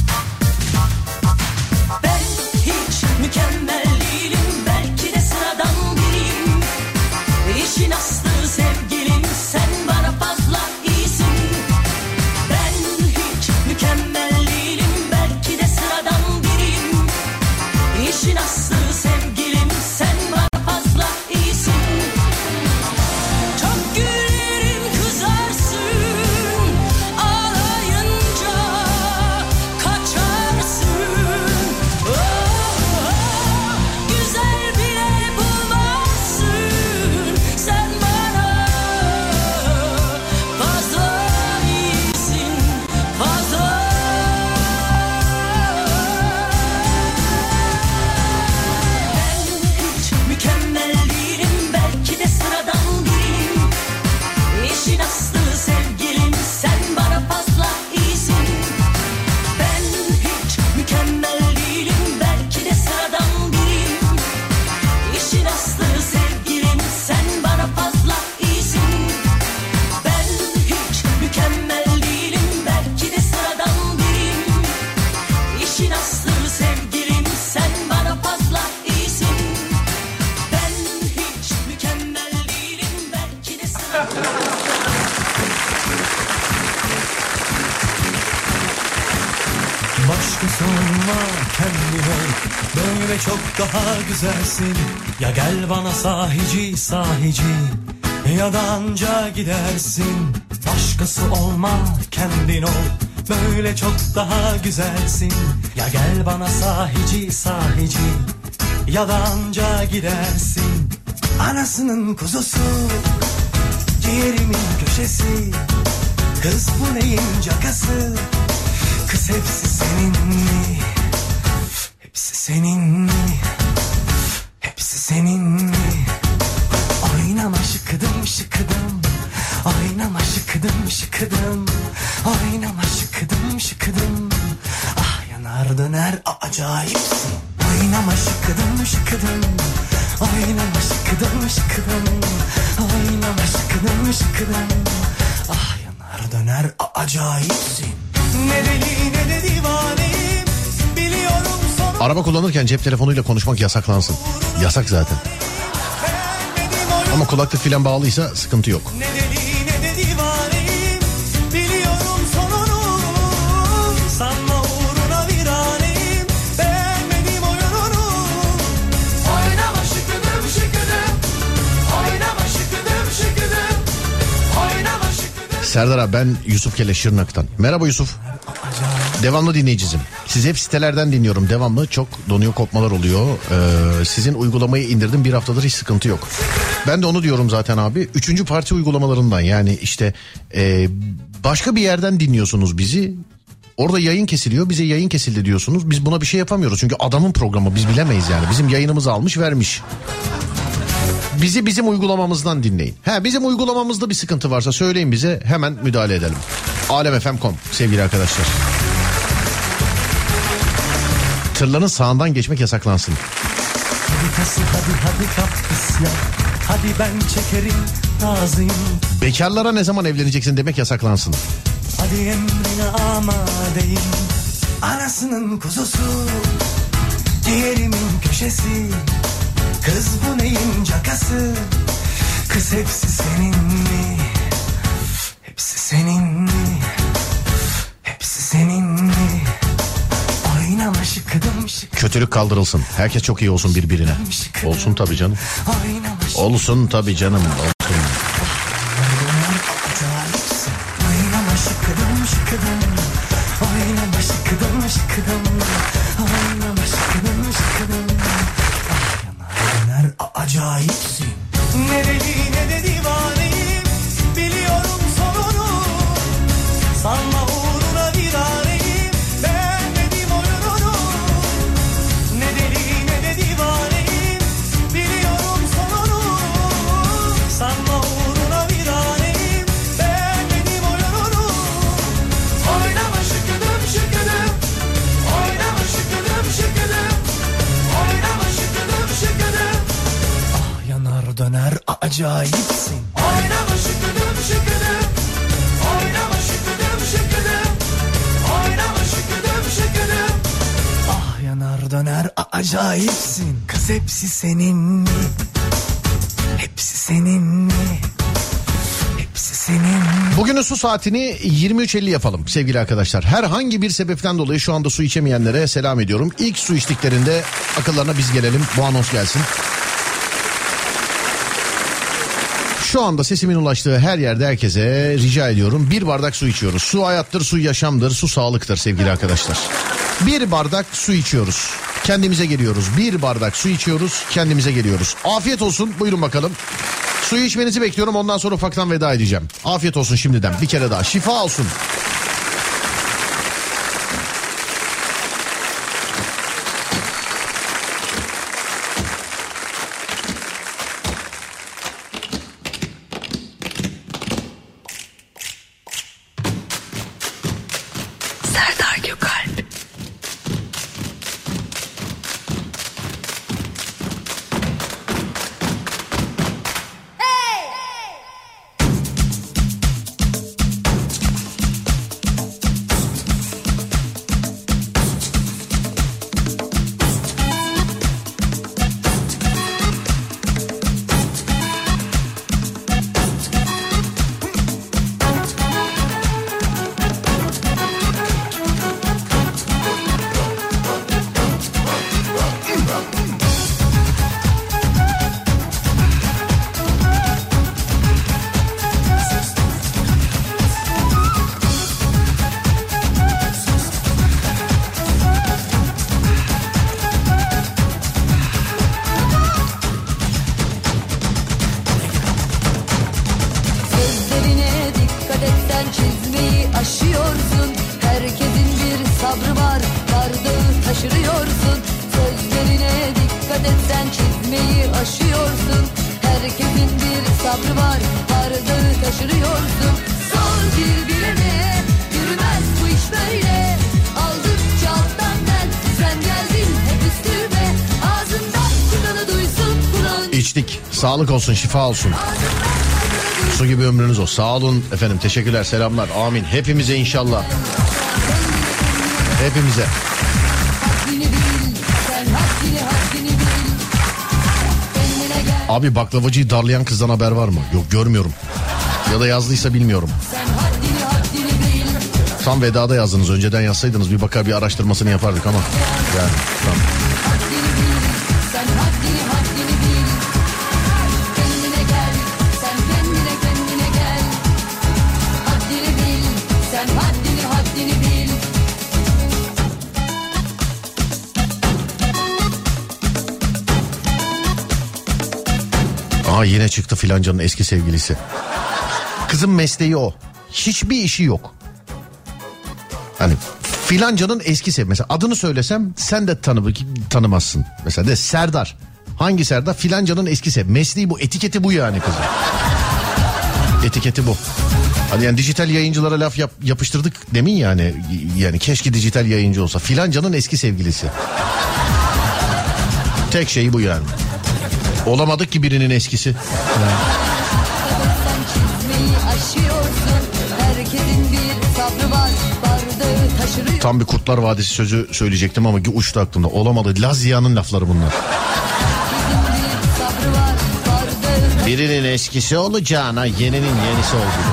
Ben hiç mükemmel değilim, belki de sıradan biriyim. İşin aslı sevgilim, sen bana fazla iyisin. Ben hiç mükemmel değilim, belki de sıradan biriyim. İşin aslı sevgilim, sen bana fazla iyisin. Çok gülerim kızarsın, ağlayınca kaçarsın. Güzel bile bulmazsın, sen bana fazla iyisin fazla. Ben hiç mükemmel değilim, belki de sıradan biriyim. İşin aslı sevgilim, sen bana fazla iyisin. Ben hiç mükemmel değilim, belki de sıradan biriyim. İşin aslı sevgilim, sen bana fazla iyisin. Ben hiç mükemmel değilim, belki de sıradan biriyim. İşin aslı sevgilim, sen bana fazla iyisin. Ben hiç mükemmel değilim, belki de sıradan. Başkası olma, kendin ol. Böyle çok daha güzelsin. Ya gel bana sahici, ya da anca gidersin. Başkası olma, kendin ol. Böyle çok daha güzelsin. Ya gel bana sahici, ya da anca gidersin. Anasının kuzusu, ciğerimin köşesi. Kız bu neyin cakası? Kız hepsi senin mi? Hepsi senin mi? Hepsi senin mi? Oynama şıkıdım. Oynama şıkıdım. Oynama şıkıdım. Ah yanar döner acayipsin. Oynama şıkıdım şıkıdım, oynama şıkıdım şıkıdım, oynama şıkıdım şıkıdım. Ah yanar döner acayipsin. Ne deli ne de divaneyim, biliyorum sonu. Araba kullanırken cep telefonuyla konuşmak yasaklansın. Yasak zaten. Ama kulaklık filan bağlıysa sıkıntı yok. Ne deli ne de divaneyim, biliyorum sonunu. Sanma uğruna viraneyim, beğenmedim oyununu. Oynama şıkıdım şıkıdım, oynama şıkıdım şıkıdım, oynama şıkıdım. Serdar abi, ben Yusuf Keleş Şırnak'tan. Merhaba Yusuf. Devamlı dinleyicizim. Sizi hep sitelerden dinliyorum. Devamlı çok donuyor, kopmalar oluyor. Sizin uygulamayı indirdim, bir haftadır hiç sıkıntı yok. Ben de onu diyorum zaten abi. 3. parti uygulamalarından, yani işte başka bir yerden dinliyorsunuz bizi. Orada yayın kesiliyor, bize yayın kesildi diyorsunuz. Biz buna bir şey yapamıyoruz çünkü adamın programı, biz bilemeyiz yani. Bizim yayınımızı almış vermiş. Bizi bizim uygulamamızdan dinleyin. Bizim uygulamamızda bir sıkıntı varsa söyleyin bize, hemen müdahale edelim. alemfm.com sevgili arkadaşlar. Tırların sağından geçmek yasaklansın. Hadi kap isyan, hadi ben çekerim razıyım. Bekarlara ne zaman evleneceksin demek yasaklansın. Hadi emrine amadeyim, anasının kuzusu, ciğerimin köşesi. Kız bu neyin cakası, kız hepsi senin mi? Hepsi senin mi? Hepsi senin mi? Oynama şıkıdım şıkıdım. Kötülük kaldırılsın. Herkes çok iyi olsun birbirine. Olsun tabii canım. Olsun tabii canım. Olsun. Oynama şıkıdım şıkıdım, oynama şıkıdım şıkıdım, oynama şıkıdım şıkıdım. Ah yanar döner acayipsin. Ne deli ne de divaneyim, biliyorum sonunu. Sanma uğruna viraneyim, beğenmedim oyununu. Ne deli ne de divaneyim, biliyorum sonunu. Sanma uğruna viraneyim, beğenmedim oyununu. Oynama şıkıdım şıkıdım, oynama şıkıdım şıkıdım, oynama şıkıdım şıkıdım. Ah yanar döner acayipsin. Oynama şıkıdım şıkıdım, oynama şıkıdım şıkıdım, oynama şıkıdım şıkıdım. Ah yanar döner acayipsin. Kız hepsi senin mi? Hepsi senin mi? Hepsi senin mi? Bugünün su saatini 23.50 yapalım sevgili arkadaşlar. Herhangi bir sebepten dolayı şu anda su içemeyenlere selam ediyorum. İlk su içtiklerinde akıllarına biz gelelim, bu anons gelsin. Şu anda sesimin ulaştığı her yerde herkese rica ediyorum, bir bardak su içiyoruz. Su hayattır, su yaşamdır, su sağlıktır sevgili arkadaşlar. Bir bardak su içiyoruz, kendimize geliyoruz. Bir bardak su içiyoruz, kendimize geliyoruz. Afiyet olsun, buyurun bakalım. Suyu içmenizi bekliyorum, ondan sonra ufaktan veda edeceğim. Afiyet olsun şimdiden, bir kere daha şifa olsun. Serdar Gökalp. şaşırıyorsun. Sözlerine dikkat et, sen çizmeyi aşıyorsun. Herkesin bir sabrı var, bardağı taşırıyorsun. Sor bir bilene, yürümez bu iş böyle. Aldıkça alttan gel, sen geldin. Sağlık olsun, şifa olsun. Su gibi ömrünüz olsun. Sağ olun efendim, teşekkürler, selamlar, amin. Hepimize inşallah. Hepimize. Abi baklavacıyı darlayan kızdan haber var mı? Yok, görmüyorum. Ya da yazdıysa bilmiyorum. Tam vedada yazdınız. Önceden yazsaydınız bir bakar, bir araştırmasını yapardık ama. Yani tamam. Aa, yine çıktı filancanın eski sevgilisi. Kızın mesleği o. Hiçbir işi yok. Hani filancanın eski sevgilisi. Mesela adını söylesem sen de tanımazsın. Mesela de Serdar. Hangi Serdar? Filancanın eski sevgilisi. Mesleği bu. Etiketi bu yani kızın. Etiketi bu. Hani yani dijital yayıncılara laf yapıştırdık demin yani. Yani keşke dijital yayıncı olsa. Filancanın eski sevgilisi. Tek şeyi bu yani. Olamadık ki birinin eskisi. Tam bir Kurtlar Vadisi sözü söyleyecektim ama uçtu aklımda. Olamadı. Lazia'nın lafları bunlar. Birinin eskisi olacağına yeninin yenisi oldu.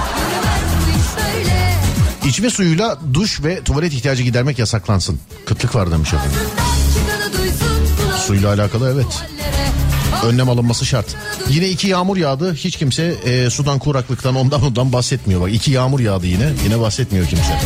İçme suyuyla duş ve tuvalet ihtiyacı gidermek yasaklansın. Kıtlık var demiş efendim. Suyla alakalı evet. Önlem alınması şart. Yine 2 yağmur yağdı. Hiç kimse sudan, kuraklıktan, ondan bahsetmiyor. Bak 2 yağmur yağdı yine. Yine bahsetmiyor kimse.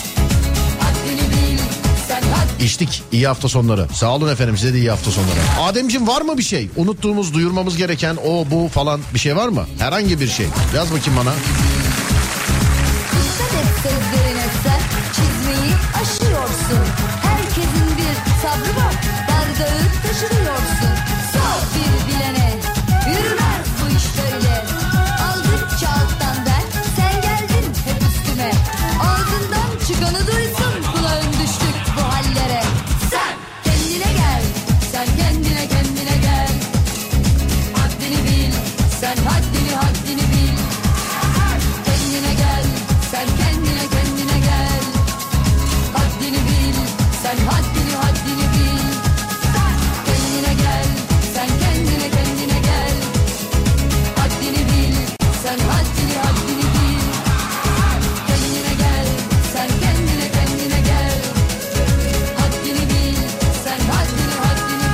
İçtik. İyi hafta sonları. Sağ olun efendim, size de iyi hafta sonları. Ademciğim, var mı bir şey? Unuttuğumuz, duyurmamız gereken o bu falan bir şey var mı? Herhangi bir şey. Yaz bakayım bana. Dikkat et sözlerine sen. Çizmeyi aşıyorsun. Herkesin bir sabrı var. Bardağı taşırıyorsun. Bir bilene yürümez bu iş böyle. Aldıkça alttan ben, sen geldin hep üstüme. Ağzından çıkanı duysun, kulağın düştük bu hallere. Sen kendine gel, sen kendine gel. Haddini bil, sen haddini bil. Kendine gel, sen kendine gel. Haddini bil, sen haddini bil. Kendine gel, sen kendine gel. Haddini bil, sen haddini bil. Kendine gel, sen kendine gel. Haddini bil, sen haddini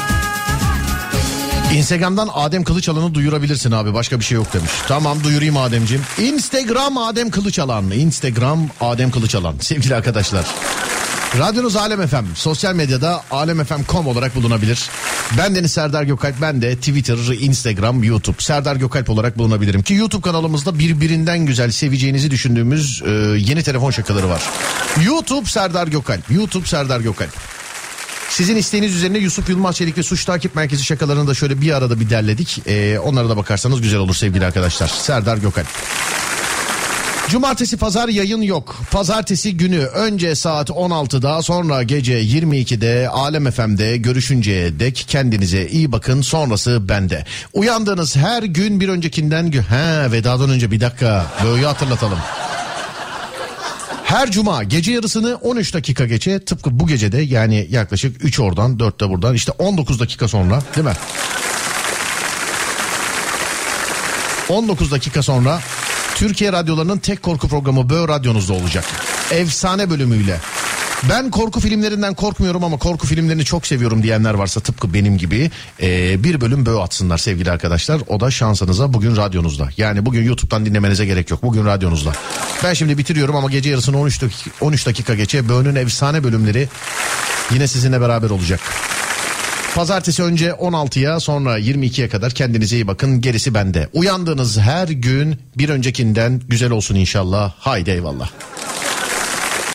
bil. Instagram'dan Adem Kılıçalan'ı duyurabilirsin abi, başka bir şey yok demiş. Tamam, duyurayım Ademciğim. Instagram Adem Kılıçalan. Instagram Adem Kılıçalan. Sevgili arkadaşlar. Radyonuz Alem FM. Sosyal medyada alemfm.com olarak bulunabilir. Ben Deniz Serdar Gökalp. Ben de Twitter, Instagram, YouTube Serdar Gökalp olarak bulunabilirim. Ki YouTube kanalımızda birbirinden güzel, seveceğinizi düşündüğümüz yeni telefon şakaları var. YouTube Serdar Gökalp. YouTube Serdar Gökalp. Sizin isteğiniz üzerine Yusuf Yılmaz Çelik ve Suç Takip Merkezi şakalarını da şöyle bir arada bir derledik. Onlara da bakarsanız güzel olur sevgili arkadaşlar. Serdar Gökalp. Cumartesi pazar yayın yok. Pazartesi günü önce saat 16'da, sonra gece 22'de Alem FM'de görüşünceye dek kendinize iyi bakın, sonrası bende. Uyandığınız her gün bir öncekinden... vedadan önce bir dakika böyle hatırlatalım. Her cuma gece yarısını 13 dakika geçe, tıpkı bu gecede yani yaklaşık 3 oradan 4 de buradan, işte 19 dakika sonra değil mi? 19 dakika sonra Türkiye radyolarının tek korku programı Böğ Radyonuzda olacak. Efsane bölümüyle. Ben korku filmlerinden korkmuyorum ama korku filmlerini çok seviyorum diyenler varsa tıpkı benim gibi bir bölüm Böğ atsınlar sevgili arkadaşlar. O da şansınıza bugün radyonuzda. Yani bugün YouTube'dan dinlemenize gerek yok. Bugün radyonuzda. Ben şimdi bitiriyorum ama gece yarısını 13 dakika geçe Böğ'ün efsane bölümleri yine sizinle beraber olacak. Pazartesi önce 16'ya, sonra 22'ye kadar kendinize iyi bakın, gerisi bende. Uyandığınız her gün bir öncekinden güzel olsun inşallah. Haydi eyvallah.